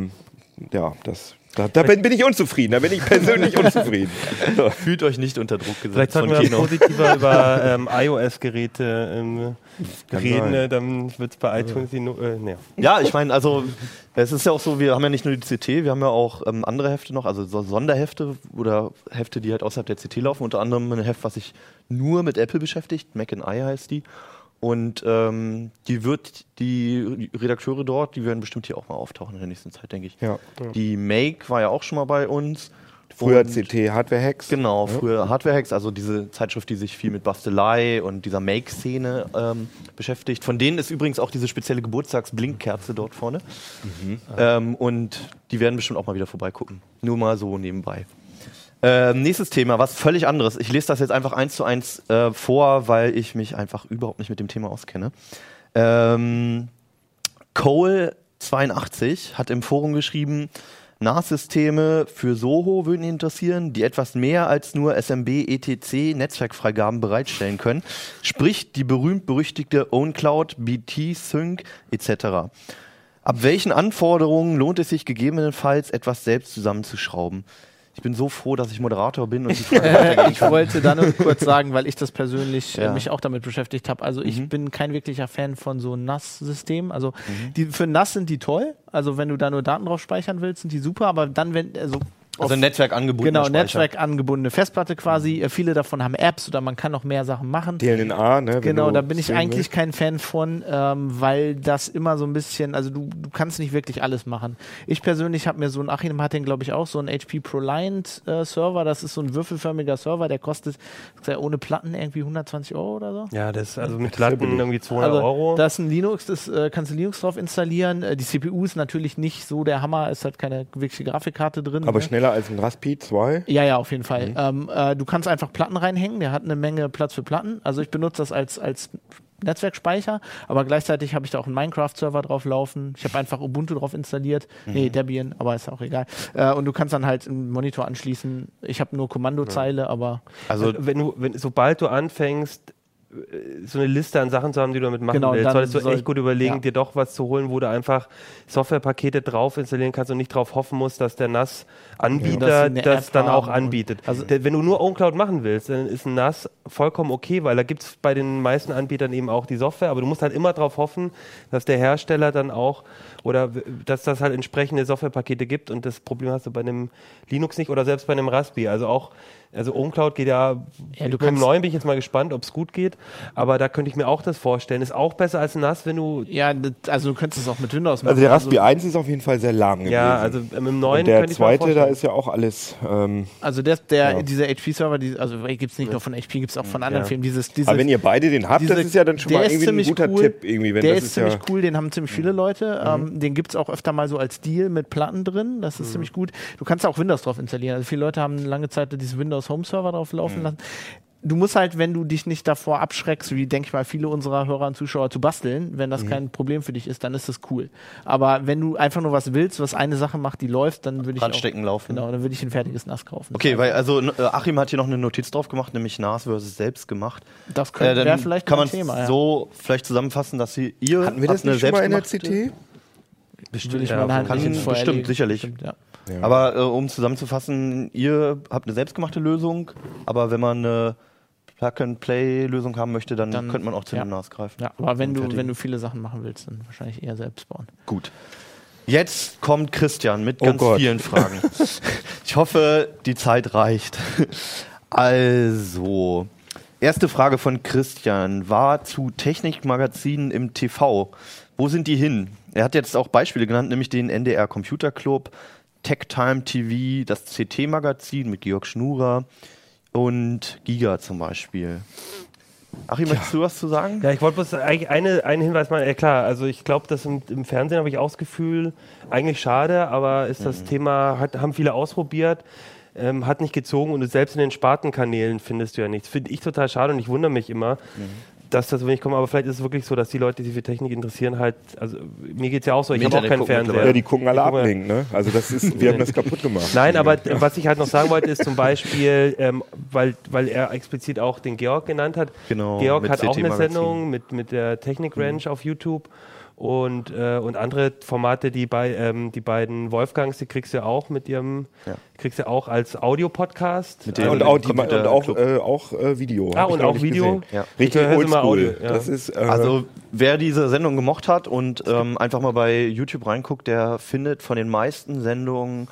Da bin ich unzufrieden, da bin ich persönlich unzufrieden. So. Fühlt euch nicht unter Druck gesetzt. Vielleicht sollten wir positiver über iOS-Geräte reden, dann wird es bei iTunes Ja, ich meine, also es ist ja auch so, wir haben ja nicht nur die CT, wir haben ja auch andere Hefte noch, also so Sonderhefte oder Hefte, die halt außerhalb der CT laufen, unter anderem ein Heft, was sich nur mit Apple beschäftigt, Mac and I heißt die. Und die Redakteure dort, die werden bestimmt hier auch mal auftauchen in der nächsten Zeit, denke ich. Ja. Die Make war ja auch schon mal bei uns. Früher CT Hardware Hacks. Genau, früher Hardware Hacks, also diese Zeitschrift, die sich viel mit Bastelei und dieser Make-Szene beschäftigt. Von denen ist übrigens auch diese spezielle Geburtstags-Blinkkerze dort vorne. Und die werden bestimmt auch mal wieder vorbeigucken. Nur mal so nebenbei. Nächstes Thema, was völlig anderes. Ich lese das jetzt einfach 1:1 vor, weil ich mich einfach überhaupt nicht mit dem Thema auskenne. Cole82 hat im Forum geschrieben, NAS-Systeme für Soho würden ihn interessieren, die etwas mehr als nur SMB-ETC-Netzwerkfreigaben bereitstellen können. Sprich die berühmt-berüchtigte OwnCloud, BT-Sync etc. Ab welchen Anforderungen lohnt es sich gegebenenfalls, etwas selbst zusammenzuschrauben? Ich bin so froh, dass ich Moderator bin und die Frage weitergehen kann. Ich wollte da nur kurz sagen, weil ich das persönlich mich auch damit beschäftigt habe. Also ich bin kein wirklicher Fan von so NAS-Systemen. Also für NAS sind die toll. Also wenn du da nur Daten drauf speichern willst, sind die super. Aber dann, also netzwerkangebundene Genau, netzwerkangebundene Festplatte quasi. Viele davon haben Apps oder man kann noch mehr Sachen machen. DLNA, ne? Genau, da bin ich eigentlich kein Fan von, weil das immer so ein bisschen, also du kannst nicht wirklich alles machen. Ich persönlich habe mir so Achim hat den, glaube ich, auch, so einen HP ProLiant Server. Das ist so ein würfelförmiger Server, der kostet ohne Platten irgendwie 120 € oder so. Ja, das also mit Platten irgendwie 200 €. Das ist ein Linux, das kannst du Linux drauf installieren. Die CPU ist natürlich nicht so der Hammer, es hat keine wirkliche Grafikkarte drin. Aber schneller als ein Raspi 2? Ja, auf jeden Fall. Du kannst einfach Platten reinhängen, der hat eine Menge Platz für Platten. Also ich benutze das als Netzwerkspeicher, aber gleichzeitig habe ich da auch einen Minecraft-Server drauf laufen. Ich habe einfach Ubuntu drauf installiert. Nee, Debian, aber ist auch egal. Und du kannst dann halt einen Monitor anschließen. Ich habe nur Kommandozeile, aber... Also sobald du anfängst, so eine Liste an Sachen zu haben, die du damit machen willst, solltest du echt gut überlegen, dir doch was zu holen, wo du einfach Softwarepakete drauf installieren kannst und nicht darauf hoffen musst, dass der NAS-Anbieter das dann auch anbietet. Also wenn du nur OwnCloud machen willst, dann ist ein NAS vollkommen okay, weil da gibt es bei den meisten Anbietern eben auch die Software, aber du musst halt immer darauf hoffen, dass der Hersteller dann auch oder dass das halt entsprechende Softwarepakete gibt und das Problem hast du bei einem Linux nicht oder selbst bei einem Raspberry. Also OwnCloud geht mit dem neuen bin ich jetzt mal gespannt, ob es gut geht, aber da könnte ich mir auch das vorstellen. Ist auch besser als ein NAS, wenn du... Ja, also du könntest es auch mit Windows machen. Also der Raspberry 1 ist auf jeden Fall sehr lahm gewesen. Ja, also mit dem neuen und der zweite, da ist ja auch alles... also dieser HP-Server, also gibt es nicht nur von HP, gibt es auch von anderen Firmen. Aber wenn ihr beide den habt, das ist ja dann schon mal irgendwie ein guter Tipp. Irgendwie, der ist ziemlich cool, den haben ziemlich viele Leute. Den gibt es auch öfter mal so als Deal mit Platten drin, das ist ziemlich gut. Du kannst auch Windows drauf installieren. Also viele Leute haben lange Zeit diesen Windows Home Server drauf laufen lassen. Du musst halt, wenn du dich nicht davor abschreckst, wie denke ich mal viele unserer Hörer und Zuschauer zu basteln, wenn das kein Problem für dich ist, dann ist das cool. Aber wenn du einfach nur was willst, was eine Sache macht, die läuft, dann würde ich dann würde ich ein fertiges NAS kaufen. Okay, weil Achim hat hier noch eine Notiz drauf gemacht, nämlich NAS versus selbst gemacht. Das wäre vielleicht ein Thema. Kann man so vielleicht zusammenfassen, dass ihr hatten wir das nicht schon mal in der CT? Bestimmt, sicherlich. Bestimmt, ja. Ja. Aber um zusammenzufassen, ihr habt eine selbstgemachte Lösung, aber wenn man eine Plug-and-Play-Lösung haben möchte, dann könnte man auch zu einem NAS greifen. Ja, aber wenn du viele Sachen machen willst, dann wahrscheinlich eher selbst bauen. Gut. Jetzt kommt Christian mit ganz vielen Fragen. Ich hoffe, die Zeit reicht. Also, erste Frage von Christian war zu Technikmagazinen im TV. Wo sind die hin? Er hat jetzt auch Beispiele genannt, nämlich den NDR Computer Club, TechTime TV, das CT-Magazin mit Georg Schnurer und Giga zum Beispiel. Achim, möchtest du was zu sagen? Ja, ich wollte bloß eigentlich einen Hinweis machen. Ja, klar, also ich glaube, dass im Fernsehen habe ich auch das Gefühl, eigentlich schade, aber ist das Thema, haben viele ausprobiert, hat nicht gezogen und selbst in den Spartenkanälen findest du ja nichts. Finde ich total schade und ich wundere mich immer, dass das wenig kommt, aber vielleicht ist es wirklich so, dass die Leute, die sich für Technik interessieren, halt, also mir geht es ja auch so, ich habe auch keinen Fernseher. Ja, die gucken alle Ablenken, ne? Also das ist, wir haben das kaputt gemacht. Nein, aber was ich halt noch sagen wollte, ist zum Beispiel, weil er explizit auch den Georg genannt hat. Genau, Georg hat auch eine Sendung mit der Technik Ranch auf YouTube und andere Formate, die beiden Wolfgangs, die kriegst du auch mit ihrem, kriegst du auch als Audio-Podcast. Und auch Video. Und auch Video. Ja. Richtig oldschool. Ja. Das ist, also wer diese Sendung gemocht hat und einfach mal bei YouTube reinguckt, der findet von den meisten Sendungen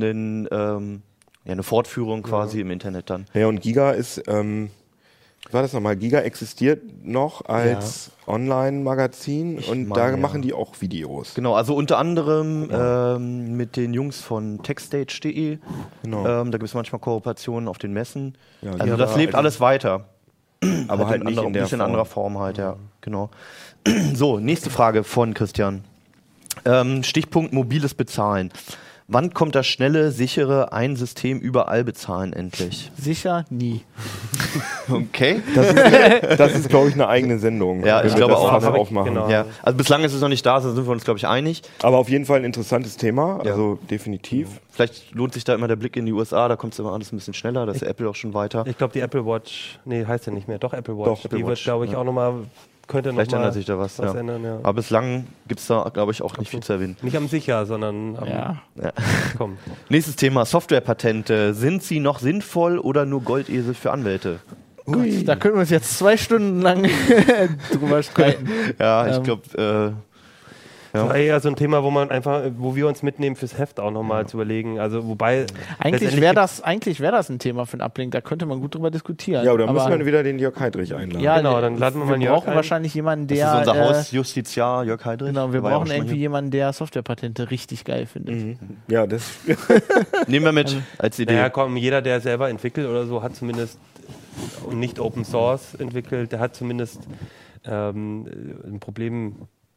eine Fortführung quasi im Internet dann. Ja, und Giga ist... war das nochmal? Giga existiert noch als Online-Magazin und da machen die auch Videos. Genau, also unter anderem mit den Jungs von techstage.de. Genau. Da gibt es manchmal Kooperationen auf den Messen. Ja, also das lebt alles weiter. Aber halt nicht in der bisschen anderer Form halt, ja. Genau. So, nächste Frage von Christian. Stichpunkt mobiles Bezahlen. Wann kommt das schnelle, sichere ein System überall bezahlen endlich? Sicher nie. Okay. Das ist, glaube ich, eine eigene Sendung. Ja, ich glaube auch. Aufmachen. Genau. Ja. Also bislang ist es noch nicht da, da sind wir uns, glaube ich, einig. Aber auf jeden Fall ein interessantes Thema, also definitiv. Vielleicht lohnt sich da immer der Blick in die USA, da kommt es immer alles ein bisschen schneller, da ist Apple auch schon weiter. Ich glaube, die Apple Watch, heißt ja nicht mehr, doch Apple Watch. Die wird, glaube ich, auch nochmal... Vielleicht ändert sich da was ändern, ja. Aber bislang gibt es da, glaube ich, auch nicht viel zu erwähnen. Nicht am sicher, sondern am Komm. Nächstes Thema, Softwarepatente. Sind sie noch sinnvoll oder nur Goldesel für Anwälte? Gott, da können wir uns jetzt 2 Stunden lang drüber streiten. Ja, ich glaube... Das war eher so ein Thema, wo wir uns mitnehmen fürs Heft auch nochmal zu überlegen. Also wobei eigentlich wäre das ein Thema für einen Uplink, da könnte man gut drüber diskutieren. Ja, oder müssen wir wieder den Jörg Heidrich einladen. Ja, genau, dann laden wir mal Jörg ein. Wir brauchen wahrscheinlich jemanden, der... Das ist unser Hausjustiziar, Jörg Heidrich. Genau, wir brauchen irgendwie jemanden, der Softwarepatente richtig geil findet. Ja, das... Nehmen wir mit als Idee. Naja, komm, jeder, der selber entwickelt oder so, hat zumindest und nicht Open Source entwickelt, der hat zumindest ein Problem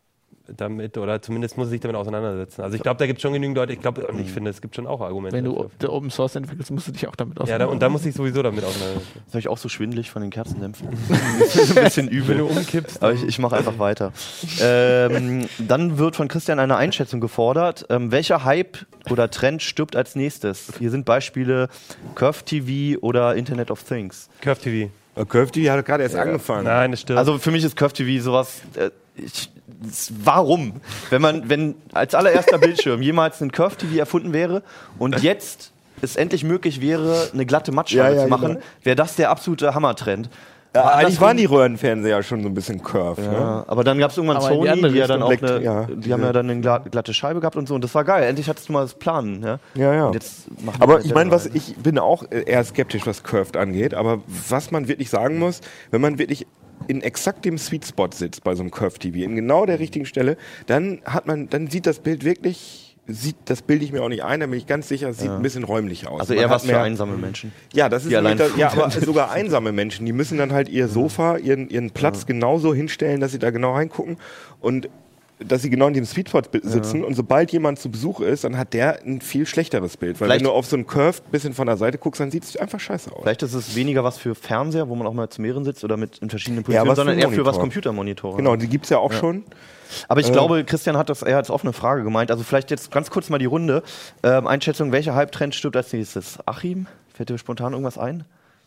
damit, oder zumindest muss er sich damit auseinandersetzen. Also ich glaube, da gibt es schon genügend Leute, ich finde, es gibt schon auch Argumente. Wenn du Open Source entwickelst, musst du dich auch damit auseinandersetzen. Ja, und da muss ich sowieso damit auseinandersetzen. Das habe ich auch so schwindelig von den Kerzendämpfen. Das ist ein bisschen übel. Wenn du umkippst. Aber ich mache einfach weiter. Dann wird von Christian eine Einschätzung gefordert. Welcher Hype oder Trend stirbt als nächstes? Hier sind Beispiele Curve TV oder Internet of Things. Curve TV. Curve TV hat gerade erst angefangen. Nein, das stimmt. Also für mich ist Curve TV sowas... warum? Wenn als allererster Bildschirm jemals ein Curve TV erfunden wäre und jetzt es endlich möglich wäre, eine glatte Mattscheibe zu machen, wäre das der absolute Hammertrend. Ja, eigentlich waren die Röhrenfernseher schon so ein bisschen Curve. Ja, ne? aber dann gab es irgendwann Sony, die haben ja dann eine glatte Scheibe gehabt und so. Und das war geil. Endlich hattest du mal das Planen. Ja. Und jetzt aber ich meine, ich bin auch eher skeptisch, was Curved angeht. Aber was man wirklich sagen muss, wenn man wirklich in exakt dem Sweet Spot sitzt bei so einem Curve TV, in genau der richtigen Stelle, dann sieht das Bild wirklich... das bilde ich mir auch nicht ein, da bin ich ganz sicher, es sieht ein bisschen räumlich aus. Also eher was für einsame Menschen. Ja, das ist aber sogar einsame Menschen, die müssen dann halt ihr Sofa, ihren Platz genauso hinstellen, dass sie da genau reingucken und dass sie genau in dem Sweetspot sitzen und sobald jemand zu Besuch ist, dann hat der ein viel schlechteres Bild. Weil wenn du auf so einen Curve ein bisschen von der Seite guckst, dann sieht es einfach scheiße aus. Vielleicht ist es weniger was für Fernseher, wo man auch mal zu mehreren sitzt oder in verschiedenen Positionen, sondern eher für was Computermonitore. Genau, die gibt es ja auch schon. Aber ich glaube, Christian hat das eher als offene Frage gemeint. Also vielleicht jetzt ganz kurz mal die Runde. Einschätzung, welcher Hype-Trend stirbt als nächstes? Achim, fällt dir spontan irgendwas ein?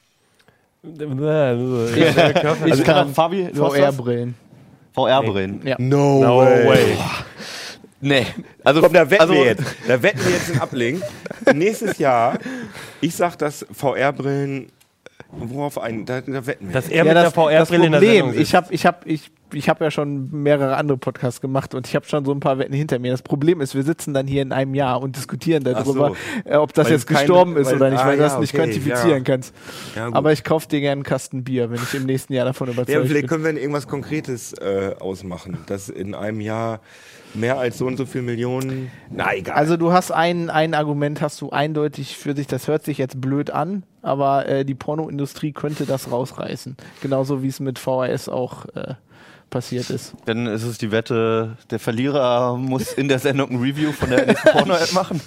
Ich kann Fabi, VR-Brillen. VR-Brillen. Ja. No way. Nee. Also, komm, da wetten wir jetzt einen Ablink. Nächstes Jahr, ich sag, dass VR-Brillen, da wetten wir. Dass er mit der VR-Brille in der Sendung sitzt. Ich habe ja schon mehrere andere Podcasts gemacht und ich habe schon so ein paar Wetten hinter mir. Das Problem ist, wir sitzen dann hier in einem Jahr und diskutieren darüber, ob das jetzt gestorben ist oder nicht, weil du das nicht quantifizieren kannst. Ja, aber ich kaufe dir gerne einen Kasten Bier, wenn ich im nächsten Jahr davon überzeugt bin. Vielleicht können wir irgendwas Konkretes ausmachen, dass in einem Jahr mehr als so und so viel Millionen... Na, egal. Also du hast ein Argument, hast du eindeutig für sich, das hört sich jetzt blöd an, aber die Pornoindustrie könnte das rausreißen. Genauso wie es mit VHS auch... passiert ist. Dann ist es die Wette, der Verlierer muss in der Sendung ein Review von der nächsten Porno-App machen.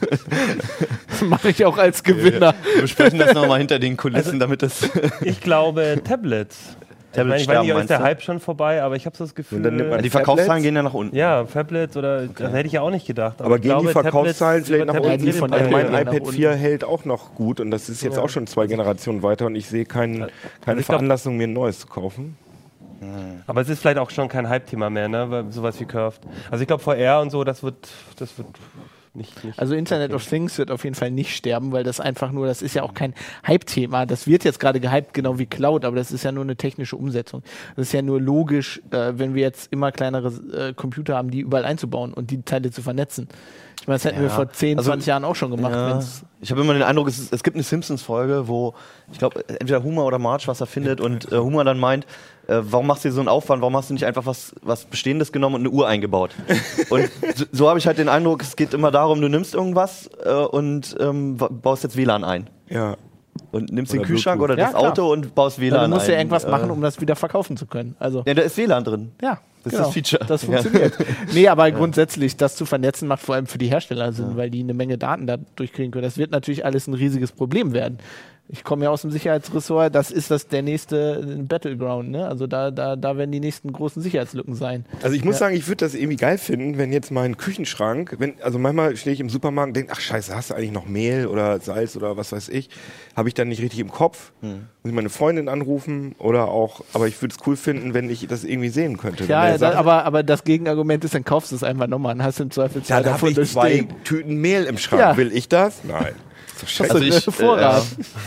Das mache ich auch als Gewinner. Wir besprechen das nochmal hinter den Kulissen, damit das... Ich glaube, Tablets. Ich weiß nicht, ist der Hype schon vorbei, aber ich habe so das Gefühl... Die Verkaufszahlen gehen ja nach unten. Ja, Tablets das hätte ich ja auch nicht gedacht. Aber gehen die Verkaufszahlen vielleicht nach unten? Mein iPad 4 hält auch noch gut und das ist jetzt auch schon 2 Generationen weiter und ich sehe keine Veranlassung, mir ein neues zu kaufen. Aber es ist vielleicht auch schon kein Hype-Thema mehr, ne? Sowas wie Curved. Also ich glaube VR und so, das wird nicht. Also Internet of Things wird auf jeden Fall nicht sterben, weil das einfach nur, das ist ja auch kein Hype-Thema. Das wird jetzt gerade gehypt, genau wie Cloud, aber das ist ja nur eine technische Umsetzung. Das ist ja nur logisch, wenn wir jetzt immer kleinere Computer haben, die überall einzubauen und die Teile zu vernetzen. Ich meine, das hätten wir vor 10, 20 Jahren auch schon gemacht. Ja. Ich habe immer den Eindruck, es gibt eine Simpsons-Folge, wo, ich glaube, entweder Homer oder Marge was erfindet und Homer dann meint, warum machst du dir so einen Aufwand, warum hast du nicht einfach was Bestehendes genommen und eine Uhr eingebaut? Und so habe ich halt den Eindruck, es geht immer darum, du nimmst irgendwas und baust jetzt WLAN ein. Ja. Und nimmst den Kühlschrank oder das Auto und baust WLAN ein. Du musst ja irgendwas machen, um das wieder verkaufen zu können. Also ja, da ist WLAN drin. Ja. Das ist das Feature. Das funktioniert. Nee, aber grundsätzlich, das zu vernetzen, macht vor allem für die Hersteller Sinn, weil die eine Menge Daten da durchkriegen können. Das wird natürlich alles ein riesiges Problem werden. Ich komme ja aus dem Sicherheitsressort, das ist der nächste Battleground, ne? Also da werden die nächsten großen Sicherheitslücken sein. Also ich muss sagen, ich würde das irgendwie geil finden, wenn jetzt mein Küchenschrank, also manchmal stehe ich im Supermarkt und denke, ach scheiße, hast du eigentlich noch Mehl oder Salz oder was weiß ich, habe ich dann nicht richtig im Kopf, muss ich meine Freundin anrufen oder auch, aber ich würde es cool finden, wenn ich das irgendwie sehen könnte. Ja, aber das Gegenargument ist, dann kaufst du es einfach nochmal und hast im Zweifelsfall davon ich 2 Tüten Mehl im Schrank. Ja. Will ich das? Nein. Also Vorrat.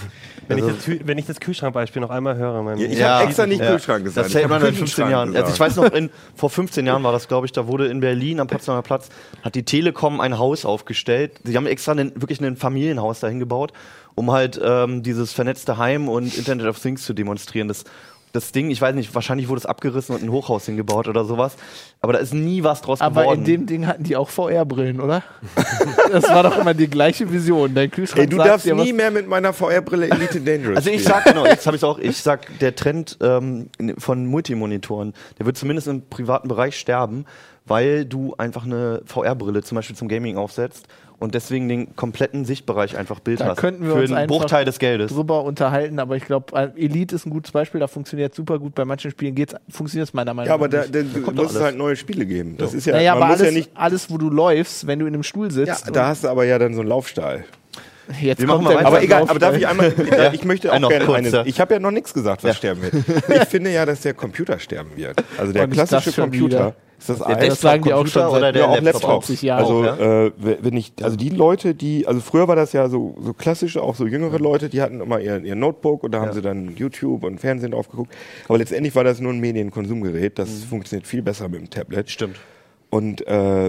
Wenn ich das Kühlschrankbeispiel noch einmal höre. Ich habe extra nicht Kühlschrank gesagt. Das hält man in 15 Jahren. Also ich weiß noch, vor 15 Jahren war das, glaube ich, da wurde in Berlin am Potsdamer Platz, hat die Telekom ein Haus aufgestellt. Sie haben extra wirklich ein Familienhaus dahin gebaut, um halt dieses vernetzte Heim und Internet of Things zu demonstrieren. Das Ding, ich weiß nicht, wahrscheinlich wurde es abgerissen und ein Hochhaus hingebaut oder sowas. Aber da ist nie was draus geworden. Aber in dem Ding hatten die auch VR-Brillen, oder? Das war doch immer die gleiche Vision. Dein Kühlschrank du darfst nie mehr mit meiner VR-Brille Elite Dangerous Also ich sag, genau, jetzt habe ich es auch, ich sag, der Trend von Multimonitoren, der wird zumindest im privaten Bereich sterben, weil du einfach eine VR-Brille zum Beispiel zum Gaming aufsetzt und deswegen den kompletten Sichtbereich einfach Bild da hast. Könnten wir für uns einen Bruchteil des Geldes. Drüber unterhalten, aber ich glaube, Elite ist ein gutes Beispiel, da funktioniert super gut. Bei manchen Spielen funktioniert es meiner Meinung nach Ja, aber nicht. da muss es halt neue Spiele geben. Das ist ja, naja, man aber muss alles, ja nicht. alles, wo du läufst, wenn du in einem Stuhl sitzt. Ja, da hast du aber ja dann so einen Laufstall. Jetzt Wir kommt machen mal der weiter. Aber egal, Laufstall. aber darf ich einmal, ich möchte auch gerne kurz, eines. ja. Ich habe ja noch nichts gesagt, was sterben wird. Ich finde ja, dass der Computer sterben wird. Also der Und nicht klassische das schon Computer. wieder. Ist das Das sagen die auch schon oder seit der auch Laptop Laptop. 20 Jahren. Also, ja? also die Leute, also früher war das ja so klassische, auch so jüngere Leute, die hatten immer ihr Notebook und da haben sie dann YouTube und Fernsehen drauf geguckt. Aber letztendlich war das nur ein Medienkonsumgerät. Das funktioniert viel besser mit dem Tablet. Stimmt. Und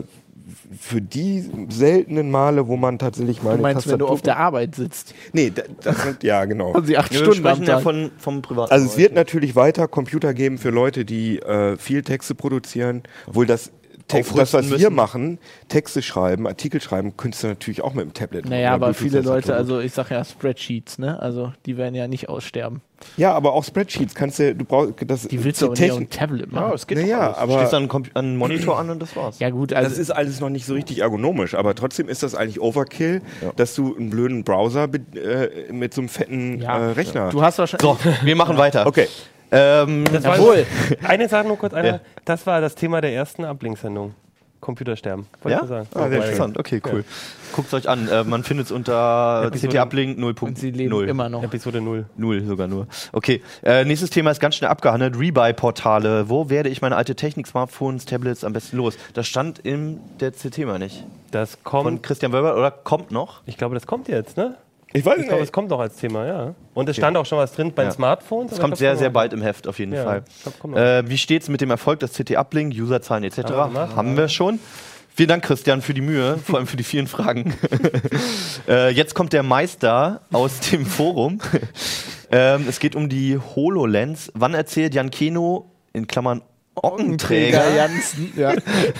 für die seltenen Male, wo man tatsächlich mal Du meinst, wenn du auf der Arbeit sitzt Nee, das sind, ja, genau. und sie 8 Wir Stunden am sprechen ja Tag. vom privaten Also es Bereich. wird natürlich weiter Computer geben für Leute, die viel Texte produzieren, obwohl das was wir müssen. machen, Texte schreiben, Artikel schreiben, könntest du natürlich auch mit dem Tablet. Naja, oder aber Bluetooth viele Leute, Tastatur. also ich sag ja Spreadsheets, ne? Also die werden ja nicht aussterben. Ja, aber auch Spreadsheets kannst du brauchst das Die willst du aber nicht auf dem Tablet machen. es geht Naja, doch alles. aber- Du stehst an einen Monitor an und das war's. Ja gut, also das ist alles noch nicht so richtig ergonomisch, aber trotzdem ist das eigentlich Overkill, dass du einen blöden Browser mit so einem fetten Rechner. du hast wahrscheinlich... So, wir machen weiter. Okay. Das war Jawohl. eine Sache nur kurz, Ja. das war das Thema der ersten Ablinksendung. Computerssterben, wollte ich Ja? mal sagen. Ah, sehr interessant. Okay, cool. Guckt es euch an. Man findet es unter Episode- CT Uplink 0.0. Und sie leben immer noch. Episode 0. 0 sogar nur. Okay, nächstes Thema ist ganz schnell abgehandelt. Rebuy-Portale. Wo werde ich meine alte Technik, Smartphones, Tablets am besten los? Das stand in der CT mal nicht. Das Von kommt, Christian Wölber oder kommt noch? ich glaube, das kommt jetzt, ne? Ich weiß Ich glaube, nicht. es kommt noch als Thema, ja. Und es stand auch schon was drin bei den Ja. Smartphones. Das aber kommt ich sehr, glaub, sehr kommt bald im Heft auf jeden Ja, Fall. ich glaub, kommt noch. Wie steht es mit dem Erfolg des CT Uplink, Userzahlen etc.? Haben wir gemacht. Haben wir schon. Vielen Dank, Christian, für die Mühe, vor allem für die vielen Fragen. Jetzt kommt der Meister aus dem Forum. Es geht um die HoloLens. Wann erzählt Jan Keno, in Klammern Ockenträger, Jansen, ja.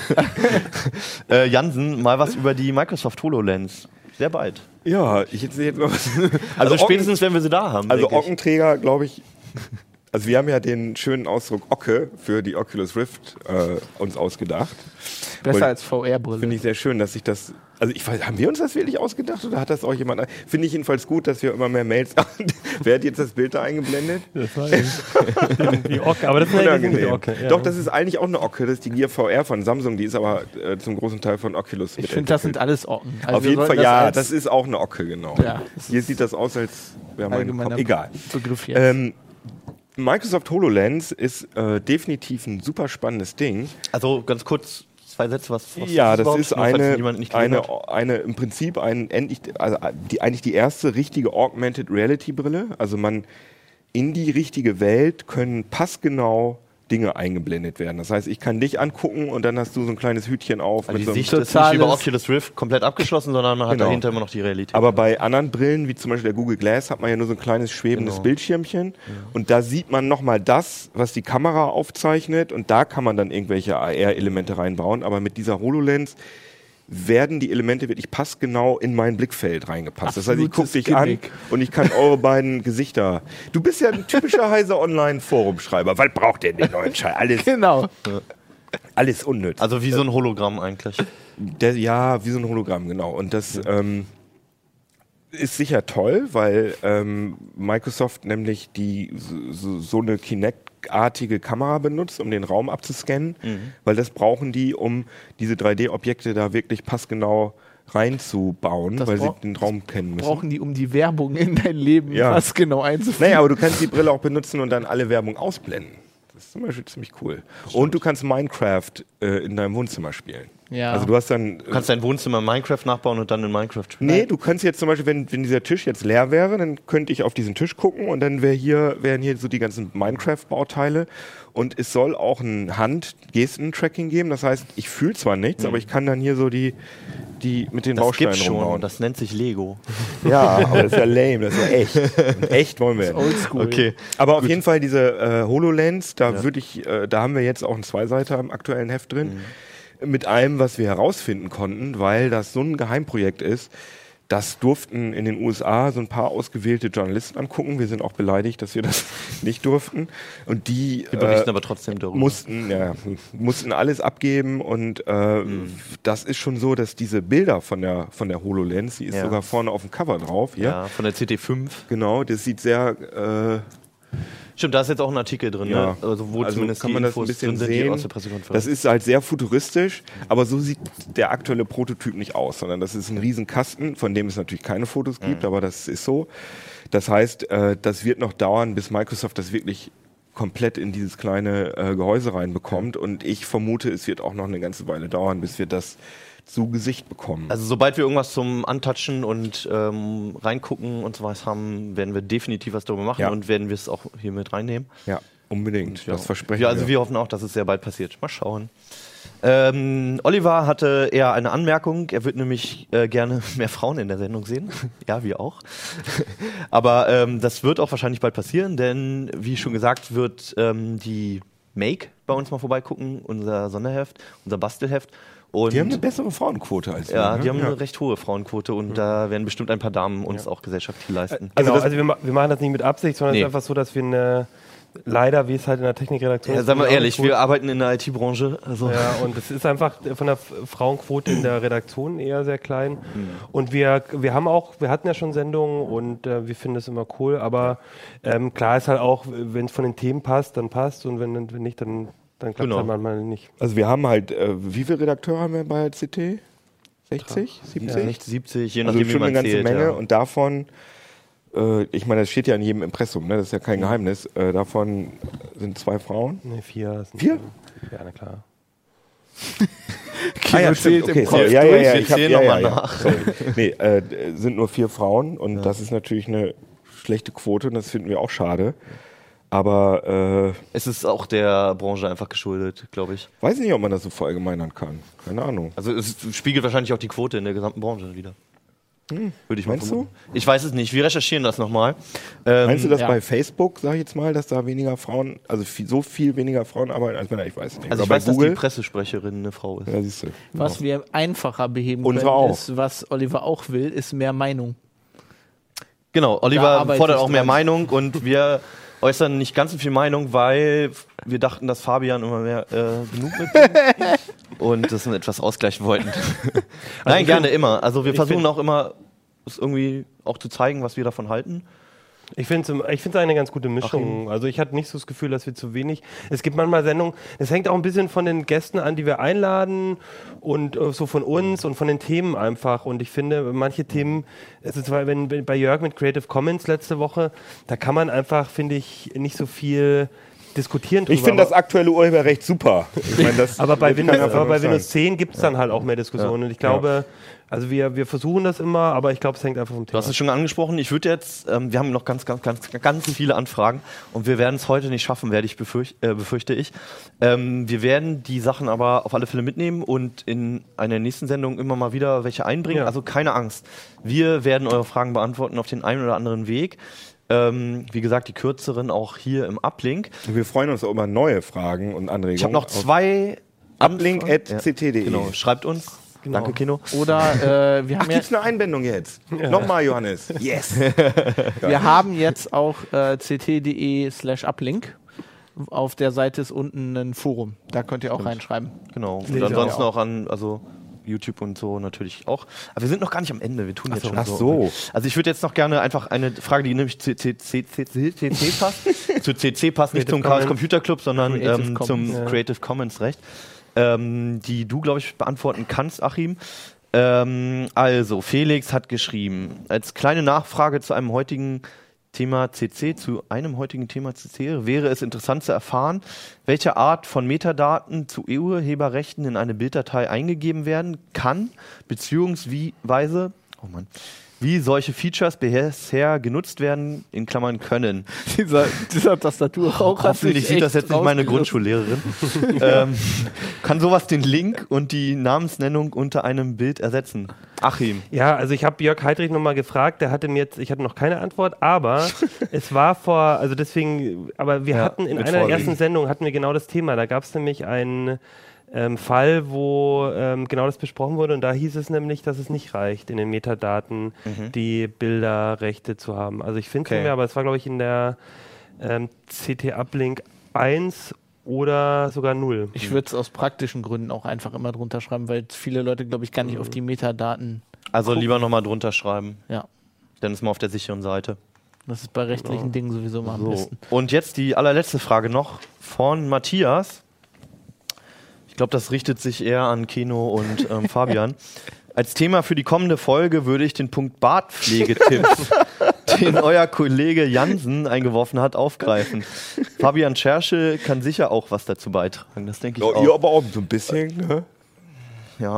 Jansen, mal was über die Microsoft HoloLens? Sehr bald. Ja, ich erzähle jetzt mal was. Also spätestens, wenn wir sie da haben. Also denke ich. Ockenträger, glaube ich. Also wir haben ja den schönen Ausdruck Ocke für die Oculus Rift uns ausgedacht. Besser als VR-Brille. Finde ich sehr schön, dass sich das. Also ich weiß, haben wir uns das wirklich ausgedacht oder hat das auch jemand? Finde ich jedenfalls gut, dass wir immer mehr Mails. Wer hat jetzt das Bild da eingeblendet? Das war die Ocke, aber das ist ja nicht die Ocke. Ja. Doch, das ist eigentlich auch eine Ocke. Das ist die Gear VR von Samsung. Die ist aber zum großen Teil von Oculus. Ich finde, das sind alles Ocken. Also Auf wir jeden sollten Fall, ja, als das ist auch eine Ocke, genau. Ja, das Hier sieht das aus, als wäre mein allgemeiner Kopf. Egal. Begriff jetzt. Microsoft HoloLens ist definitiv ein super spannendes Ding. Also ganz kurz, 2 Sätze, was Ja, das überhaupt? ist Nur, falls jemand nicht gesehen hat. eine im Prinzip eigentlich die erste richtige Augmented Reality Brille. Also in die richtige Welt können passgenau Dinge eingeblendet werden. Das heißt, ich kann dich angucken und dann hast du so ein kleines Hütchen auf. Also die so einem Sicht ist nicht über Oculus Rift komplett abgeschlossen, sondern man hat Genau. dahinter immer noch die Realität. Aber bei anderen Brillen, wie zum Beispiel der Google Glass, hat man ja nur so ein kleines schwebendes Genau. Bildschirmchen. Und da sieht man nochmal das, was die Kamera aufzeichnet. Und da kann man dann irgendwelche AR-Elemente reinbauen. Aber mit dieser HoloLens werden die Elemente wirklich passgenau in mein Blickfeld reingepasst. Das heißt, ich gucke dich an Gimmick. und ich kann eure beiden Gesichter... Du bist ja ein typischer Heise Online-Forumschreiber. Was braucht denn den neuen Scheiß? Genau. Alles unnütz. Also wie so ein Hologramm eigentlich. Ja, wie so ein Hologramm, genau. Und das ist sicher toll, weil Microsoft nämlich so eine Kinect-artige Kamera benutzt, um den Raum abzuscannen, weil das brauchen die, um diese 3D-Objekte da wirklich passgenau reinzubauen, Das weil sie den Raum kennen müssen. Brauchen die, um die Werbung in dein Leben Ja. was genau einzuführen. Naja, aber du kannst die Brille auch benutzen und dann alle Werbung ausblenden. Das ist zum Beispiel ziemlich cool. Und du kannst Minecraft in deinem Wohnzimmer spielen. Ja. Also du hast dann... Du kannst dein Wohnzimmer in Minecraft nachbauen und dann in Minecraft spielen. Nee, du kannst jetzt zum Beispiel, wenn dieser Tisch jetzt leer wäre, dann könnte ich auf diesen Tisch gucken und dann wären hier so die ganzen Minecraft-Bauteile. Und es soll auch ein Hand-Gesten-Tracking geben. Das heißt, ich fühle zwar nichts, aber ich kann dann hier so die mit den Das Bausteinen gibt's schon. rumbauen. Das nennt sich Lego. Ja, aber das ist ja lame, das ist ja echt. Und echt wollen wir. Oldschool. Okay. Aber auf jeden Fall diese HoloLens, da da haben wir jetzt auch einen Zweiseiter im aktuellen Heft drin. Mit allem, was wir herausfinden konnten, weil das so ein Geheimprojekt ist. Das durften in den USA so ein paar ausgewählte Journalisten angucken. Wir sind auch beleidigt, dass wir das nicht durften. Und die berichten aber trotzdem darüber. Mussten alles abgeben. Und das ist schon so, dass diese Bilder von der HoloLens, die ist sogar vorne auf dem Cover drauf. Hier. Ja, von der CT5. Genau, das sieht sehr... Stimmt, da ist jetzt auch ein Artikel drin, ja. Ne? Also wo zumindest kann man die das ein bisschen sind, sehen. aus der Pressekonferenz. Das ist halt sehr futuristisch, aber so sieht der aktuelle Prototyp nicht aus, sondern das ist ein Riesenkasten, von dem es natürlich keine Fotos gibt, aber das ist so. Das heißt, das wird noch dauern, bis Microsoft das wirklich komplett in dieses kleine Gehäuse reinbekommt und ich vermute, es wird auch noch eine ganze Weile dauern, bis wir das zu Gesicht bekommen. Also sobald wir irgendwas zum Antatschen und reingucken und so was haben, werden wir definitiv was darüber machen und werden wir es auch hier mit reinnehmen. Ja, unbedingt. Das versprechen wir. Also wir hoffen auch, dass es sehr bald passiert. Mal schauen. Oliver hatte eher eine Anmerkung. Er würde nämlich gerne mehr Frauen in der Sendung sehen. Ja, wir auch. Aber das wird auch wahrscheinlich bald passieren, denn wie schon gesagt, wird die Make bei uns mal vorbeigucken, unser Sonderheft, unser Bastelheft. Und die haben eine bessere Frauenquote als wir. Ja, die haben eine recht hohe Frauenquote und da werden bestimmt ein paar Damen uns auch gesellschaftlich leisten. Also wir machen das nicht mit Absicht, sondern es ist einfach so, dass wir leider, wie es halt in der Technikredaktion ist. Seien wir ehrlich, wir arbeiten in der IT-Branche. Also. Ja, und es ist einfach von der Frauenquote in der Redaktion eher sehr klein. Und wir hatten ja schon Sendungen und wir finden das immer cool, aber klar ist halt auch, wenn es von den Themen passt, dann passt und wenn nicht, dann klappt es halt manchmal nicht. Also wir haben halt, wie viele Redakteure haben wir bei CT? 60? 70? Ja, 70, je also nachdem, schon wie man eine ganze zählt, Menge und davon, ich meine, das steht ja in jedem Impressum, ne? Das ist ja kein Geheimnis, davon sind 2 Frauen? Ne, 4. 4? Ja, na klar. Stimmt. Okay, sorry. Ich zähle nochmal nach. Nee, sind nur 4 Frauen und das ist natürlich eine schlechte Quote und das finden wir auch schade. Aber es ist auch der Branche einfach geschuldet, glaube ich. Weiß nicht, ob man das so verallgemeinern kann. Keine Ahnung. Also es spiegelt wahrscheinlich auch die Quote in der gesamten Branche wieder. Würde ich mal vermuten. Du? Ich weiß es nicht. Wir recherchieren das nochmal. Meinst du das bei Facebook, sag ich jetzt mal, dass da weniger Frauen, also so viel weniger Frauen arbeiten als Männer? Ich weiß nicht. Also ich weiß, dass die Pressesprecherin eine Frau ist. Ja, siehst du. Was wir einfacher beheben Unsere können, auch. ist, was Oliver auch will, ist mehr Meinung. Genau, Oliver fordert auch mehr Meinung und wir äußern nicht ganz so viel Meinung, weil wir dachten, dass Fabian immer mehr genug mitbringt und das etwas ausgleichen wollten. Nein, gerne immer. Also wir versuchen auch immer, es irgendwie auch zu zeigen, was wir davon halten. Ich finde es eine ganz gute Mischung. Also ich hatte nicht so das Gefühl, dass wir zu wenig... Es gibt manchmal Sendungen, es hängt auch ein bisschen von den Gästen an, die wir einladen und so von uns und von den Themen einfach. Und ich finde, manche Themen, also zwar wenn bei Jörg mit Creative Commons letzte Woche, da kann man einfach, finde ich, nicht so viel diskutieren drüber. Ich finde das aktuelle Urheberrecht super. Ich mein, aber bei Windows 10 gibt es dann halt auch mehr Diskussionen. Und ich glaube... Also wir versuchen das immer, aber ich glaube, es hängt einfach vom Thema. Du hast es schon angesprochen. Ich würde jetzt, wir haben noch ganz viele Anfragen und wir werden es heute nicht schaffen, befürchte ich. Wir werden die Sachen aber auf alle Fälle mitnehmen und in einer nächsten Sendung immer mal wieder welche einbringen. Ja. Also keine Angst. Wir werden eure Fragen beantworten auf den einen oder anderen Weg. Wie gesagt, die kürzeren auch hier im Uplink. Wir freuen uns auch über neue Fragen und Anregungen. Ich habe noch 2 uplink@ct.de. Genau, schreibt uns. Genau. Danke, Kino. Oder wir haben gibt's eine Einbindung jetzt? Ja. Nochmal, Johannes. Yes. Wir haben jetzt auch ct.de/uplink. Auf der Seite ist unten ein Forum. Da könnt ihr auch reinschreiben. Genau. Und ansonsten auch an YouTube und so natürlich auch. Aber wir sind noch gar nicht am Ende. Wir tun jetzt schon so. Also ich würde jetzt noch gerne einfach eine Frage, die nämlich zu CC passt. Zu CC passt, nicht zum Chaos Computer Club, sondern zum Creative Commons Recht. Die du, glaube ich, beantworten kannst, Achim. Also, Felix hat geschrieben, als kleine Nachfrage zu einem heutigen Thema CC, wäre es interessant zu erfahren, welche Art von Metadaten zu Urheberrechten in eine Bilddatei eingegeben werden kann, beziehungsweise, wie solche Features bisher genutzt werden, in Klammern können. Dieser Tastaturrauch hat hoffentlich sieht das jetzt nicht meine Grundschullehrerin. Kann sowas den Link und die Namensnennung unter einem Bild ersetzen? Achim. Ja, also ich habe Jörg Heidrich nochmal gefragt, ich hatte noch keine Antwort, aber es war wir hatten in einer ersten Sendung hatten wir genau das Thema. Da gab es nämlich ein Fall, wo genau das besprochen wurde und da hieß es nämlich, dass es nicht reicht, in den Metadaten die Bilderrechte zu haben. Also ich finde es nicht mehr, aber es war, glaube ich, in der CT-Uplink 1 oder sogar 0. Ich würde es aus praktischen Gründen auch einfach immer drunter schreiben, weil viele Leute, glaube ich, gar nicht auf die Metadaten gucken. Lieber nochmal drunter schreiben. Ja. Dann ist man auf der sicheren Seite. Das ist bei rechtlichen Dingen sowieso mal am besten. Und jetzt die allerletzte Frage noch von Matthias. Ich glaube, das richtet sich eher an Keno und Fabian. Als Thema für die kommende Folge würde ich den Punkt Bartpflegetipps, den euer Kollege Jansen eingeworfen hat, aufgreifen. Fabian Scherschel kann sicher auch was dazu beitragen, das denke ich auch. Ihr aber auch so ein bisschen, ne? Ja,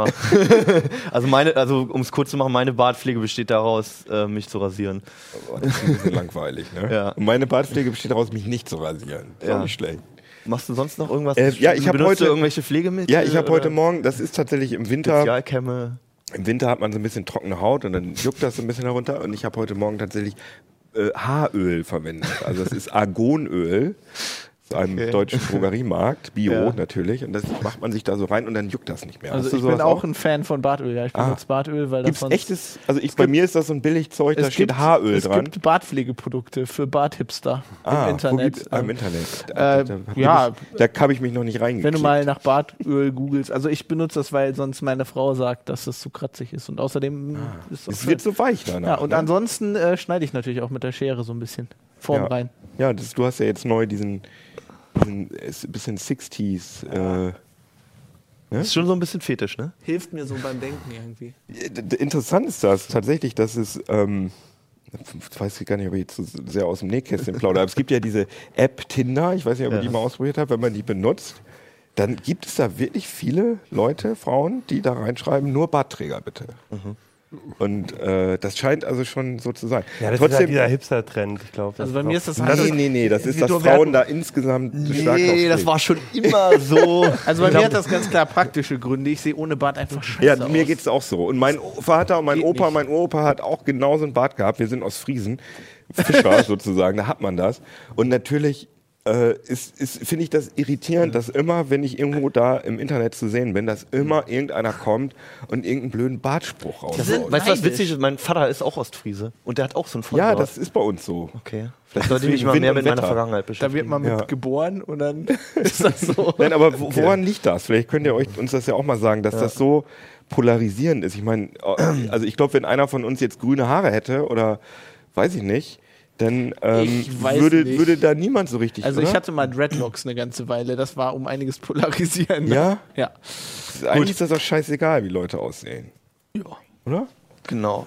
also um es kurz zu machen, meine Bartpflege besteht daraus, mich zu rasieren. Das ist ein bisschen langweilig, ne? Ja. Und meine Bartpflege besteht daraus, mich nicht zu rasieren. Das ist auch nicht schlecht. Machst du sonst noch irgendwas? Ja, ich habe heute irgendwelche Pflegemittel? Ja, ich habe heute Morgen, das ist tatsächlich im Winter. Spezialkämme. Im Winter hat man so ein bisschen trockene Haut und dann juckt das so ein bisschen herunter. Und ich habe heute Morgen tatsächlich Haaröl verwendet. Also es ist Argonöl. Zu einem deutschen Drogeriemarkt, Bio natürlich, und das macht man sich da so rein und dann juckt das nicht mehr. Also ich bin auch ein Fan von Bartöl, ja. Ich benutze Bartöl, weil das sonst... Echtes, also bei mir ist das so ein Billigzeug, da steht Haaröl dran. Es gibt Bartpflegeprodukte für Barthipster im Internet. Im Internet. Da habe ich mich noch nicht reingeklickt. Wenn du mal nach Bartöl googelst, also ich benutze das, weil sonst meine Frau sagt, dass es zu kratzig ist und außerdem ist es wird so weich danach. Ja, und ansonsten schneide ich natürlich auch mit der Schere so ein bisschen vorn rein. Ja, du hast ja jetzt neu diesen bisschen 60s. Das ist schon so ein bisschen fetisch, ne? Hilft mir so beim Denken irgendwie. Interessant ist das tatsächlich, dass es, ich weiß gar nicht, ob ich jetzt so sehr aus dem Nähkästchen plaudere, aber es gibt ja diese App Tinder, ich weiß nicht, ob ihr die mal ausprobiert habt, wenn man die benutzt, dann gibt es da wirklich viele Leute, Frauen, die da reinschreiben, nur Bartträger bitte. Und das scheint also schon so zu sein. Ja, das ist halt dieser Hipster-Trend, ich glaube. Also bei mir ist das... Nee, das ist, dass Frauen da insgesamt stark auftreten. Das war schon immer so. Also bei mir hat das ganz klar praktische Gründe. Ich sehe ohne Bart einfach scheiße aus. Mir geht es auch so. Und mein Vater und mein Opa hat auch genauso einen Bart gehabt. Wir sind aus Friesen. Fischer sozusagen, da hat man das. Und natürlich... finde ich das irritierend, dass immer, wenn ich irgendwo da im Internet zu sehen bin, dass immer irgendeiner kommt und irgendeinen blöden Bartspruch raushaut. Weißt du, was witzig ist? Mein Vater ist auch Ostfriese und der hat auch so einen Vollbart. Ja, das ist bei uns so. Okay. Vielleicht sollte ich mich mal mehr mit meiner Vergangenheit beschäftigen. Da wird man mit geboren und dann ist das so. Nein, aber woran liegt das? Vielleicht könnt ihr uns das ja auch mal sagen, dass das so polarisierend ist. Ich meine, also ich glaube, wenn einer von uns jetzt grüne Haare hätte oder weiß ich nicht, dann würde da niemand so richtig. Also ich hatte mal Dreadlocks eine ganze Weile, das war um einiges polarisieren. Ja? Ja. Eigentlich ist das auch scheißegal, wie Leute aussehen. Ja. Oder? Genau.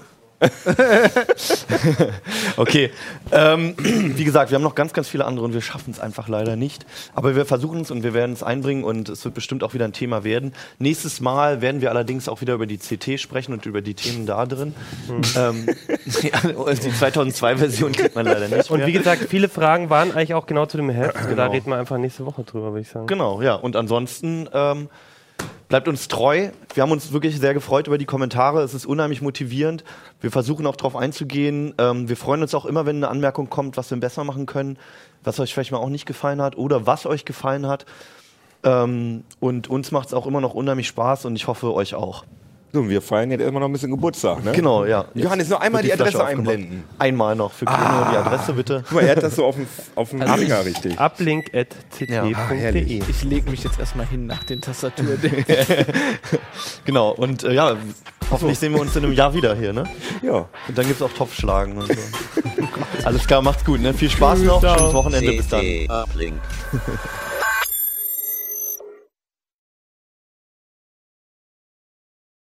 Okay. Wie gesagt, wir haben noch ganz, ganz viele andere und wir schaffen es einfach leider nicht. Aber wir versuchen es und wir werden es einbringen und es wird bestimmt auch wieder ein Thema werden. Nächstes Mal werden wir allerdings auch wieder über die CT sprechen und über die Themen da drin. Die 2002-Version kriegt man leider nicht mehr. Und wie gesagt, viele Fragen waren eigentlich auch genau zu dem Heft. Genau. Da reden wir einfach nächste Woche drüber, würde ich sagen. Genau, ja. Und ansonsten bleibt uns treu. Wir haben uns wirklich sehr gefreut über die Kommentare. Es ist unheimlich motivierend. Wir versuchen auch darauf einzugehen. Wir freuen uns auch immer, wenn eine Anmerkung kommt, was wir besser machen können, was euch vielleicht mal auch nicht gefallen hat oder was euch gefallen hat. Und uns macht es auch immer noch unheimlich Spaß und ich hoffe, euch auch. So, wir feiern jetzt immer noch ein bisschen Geburtstag, ne? Genau, ja. Johannes, noch einmal die Adresse einblenden. Einmal noch für Kino die Adresse, bitte. Guck mal, er hat das so auf dem Finger richtig. Uplink@ct.de. Ich lege mich jetzt erstmal hin nach den Tastaturen. Genau, und hoffentlich sehen wir uns in einem Jahr wieder hier, ne? Ja. Und dann gibt es auch Topfschlagen und so. Alles klar, macht's gut, ne? Viel Spaß noch, schönes Wochenende, bis dann. Uplink.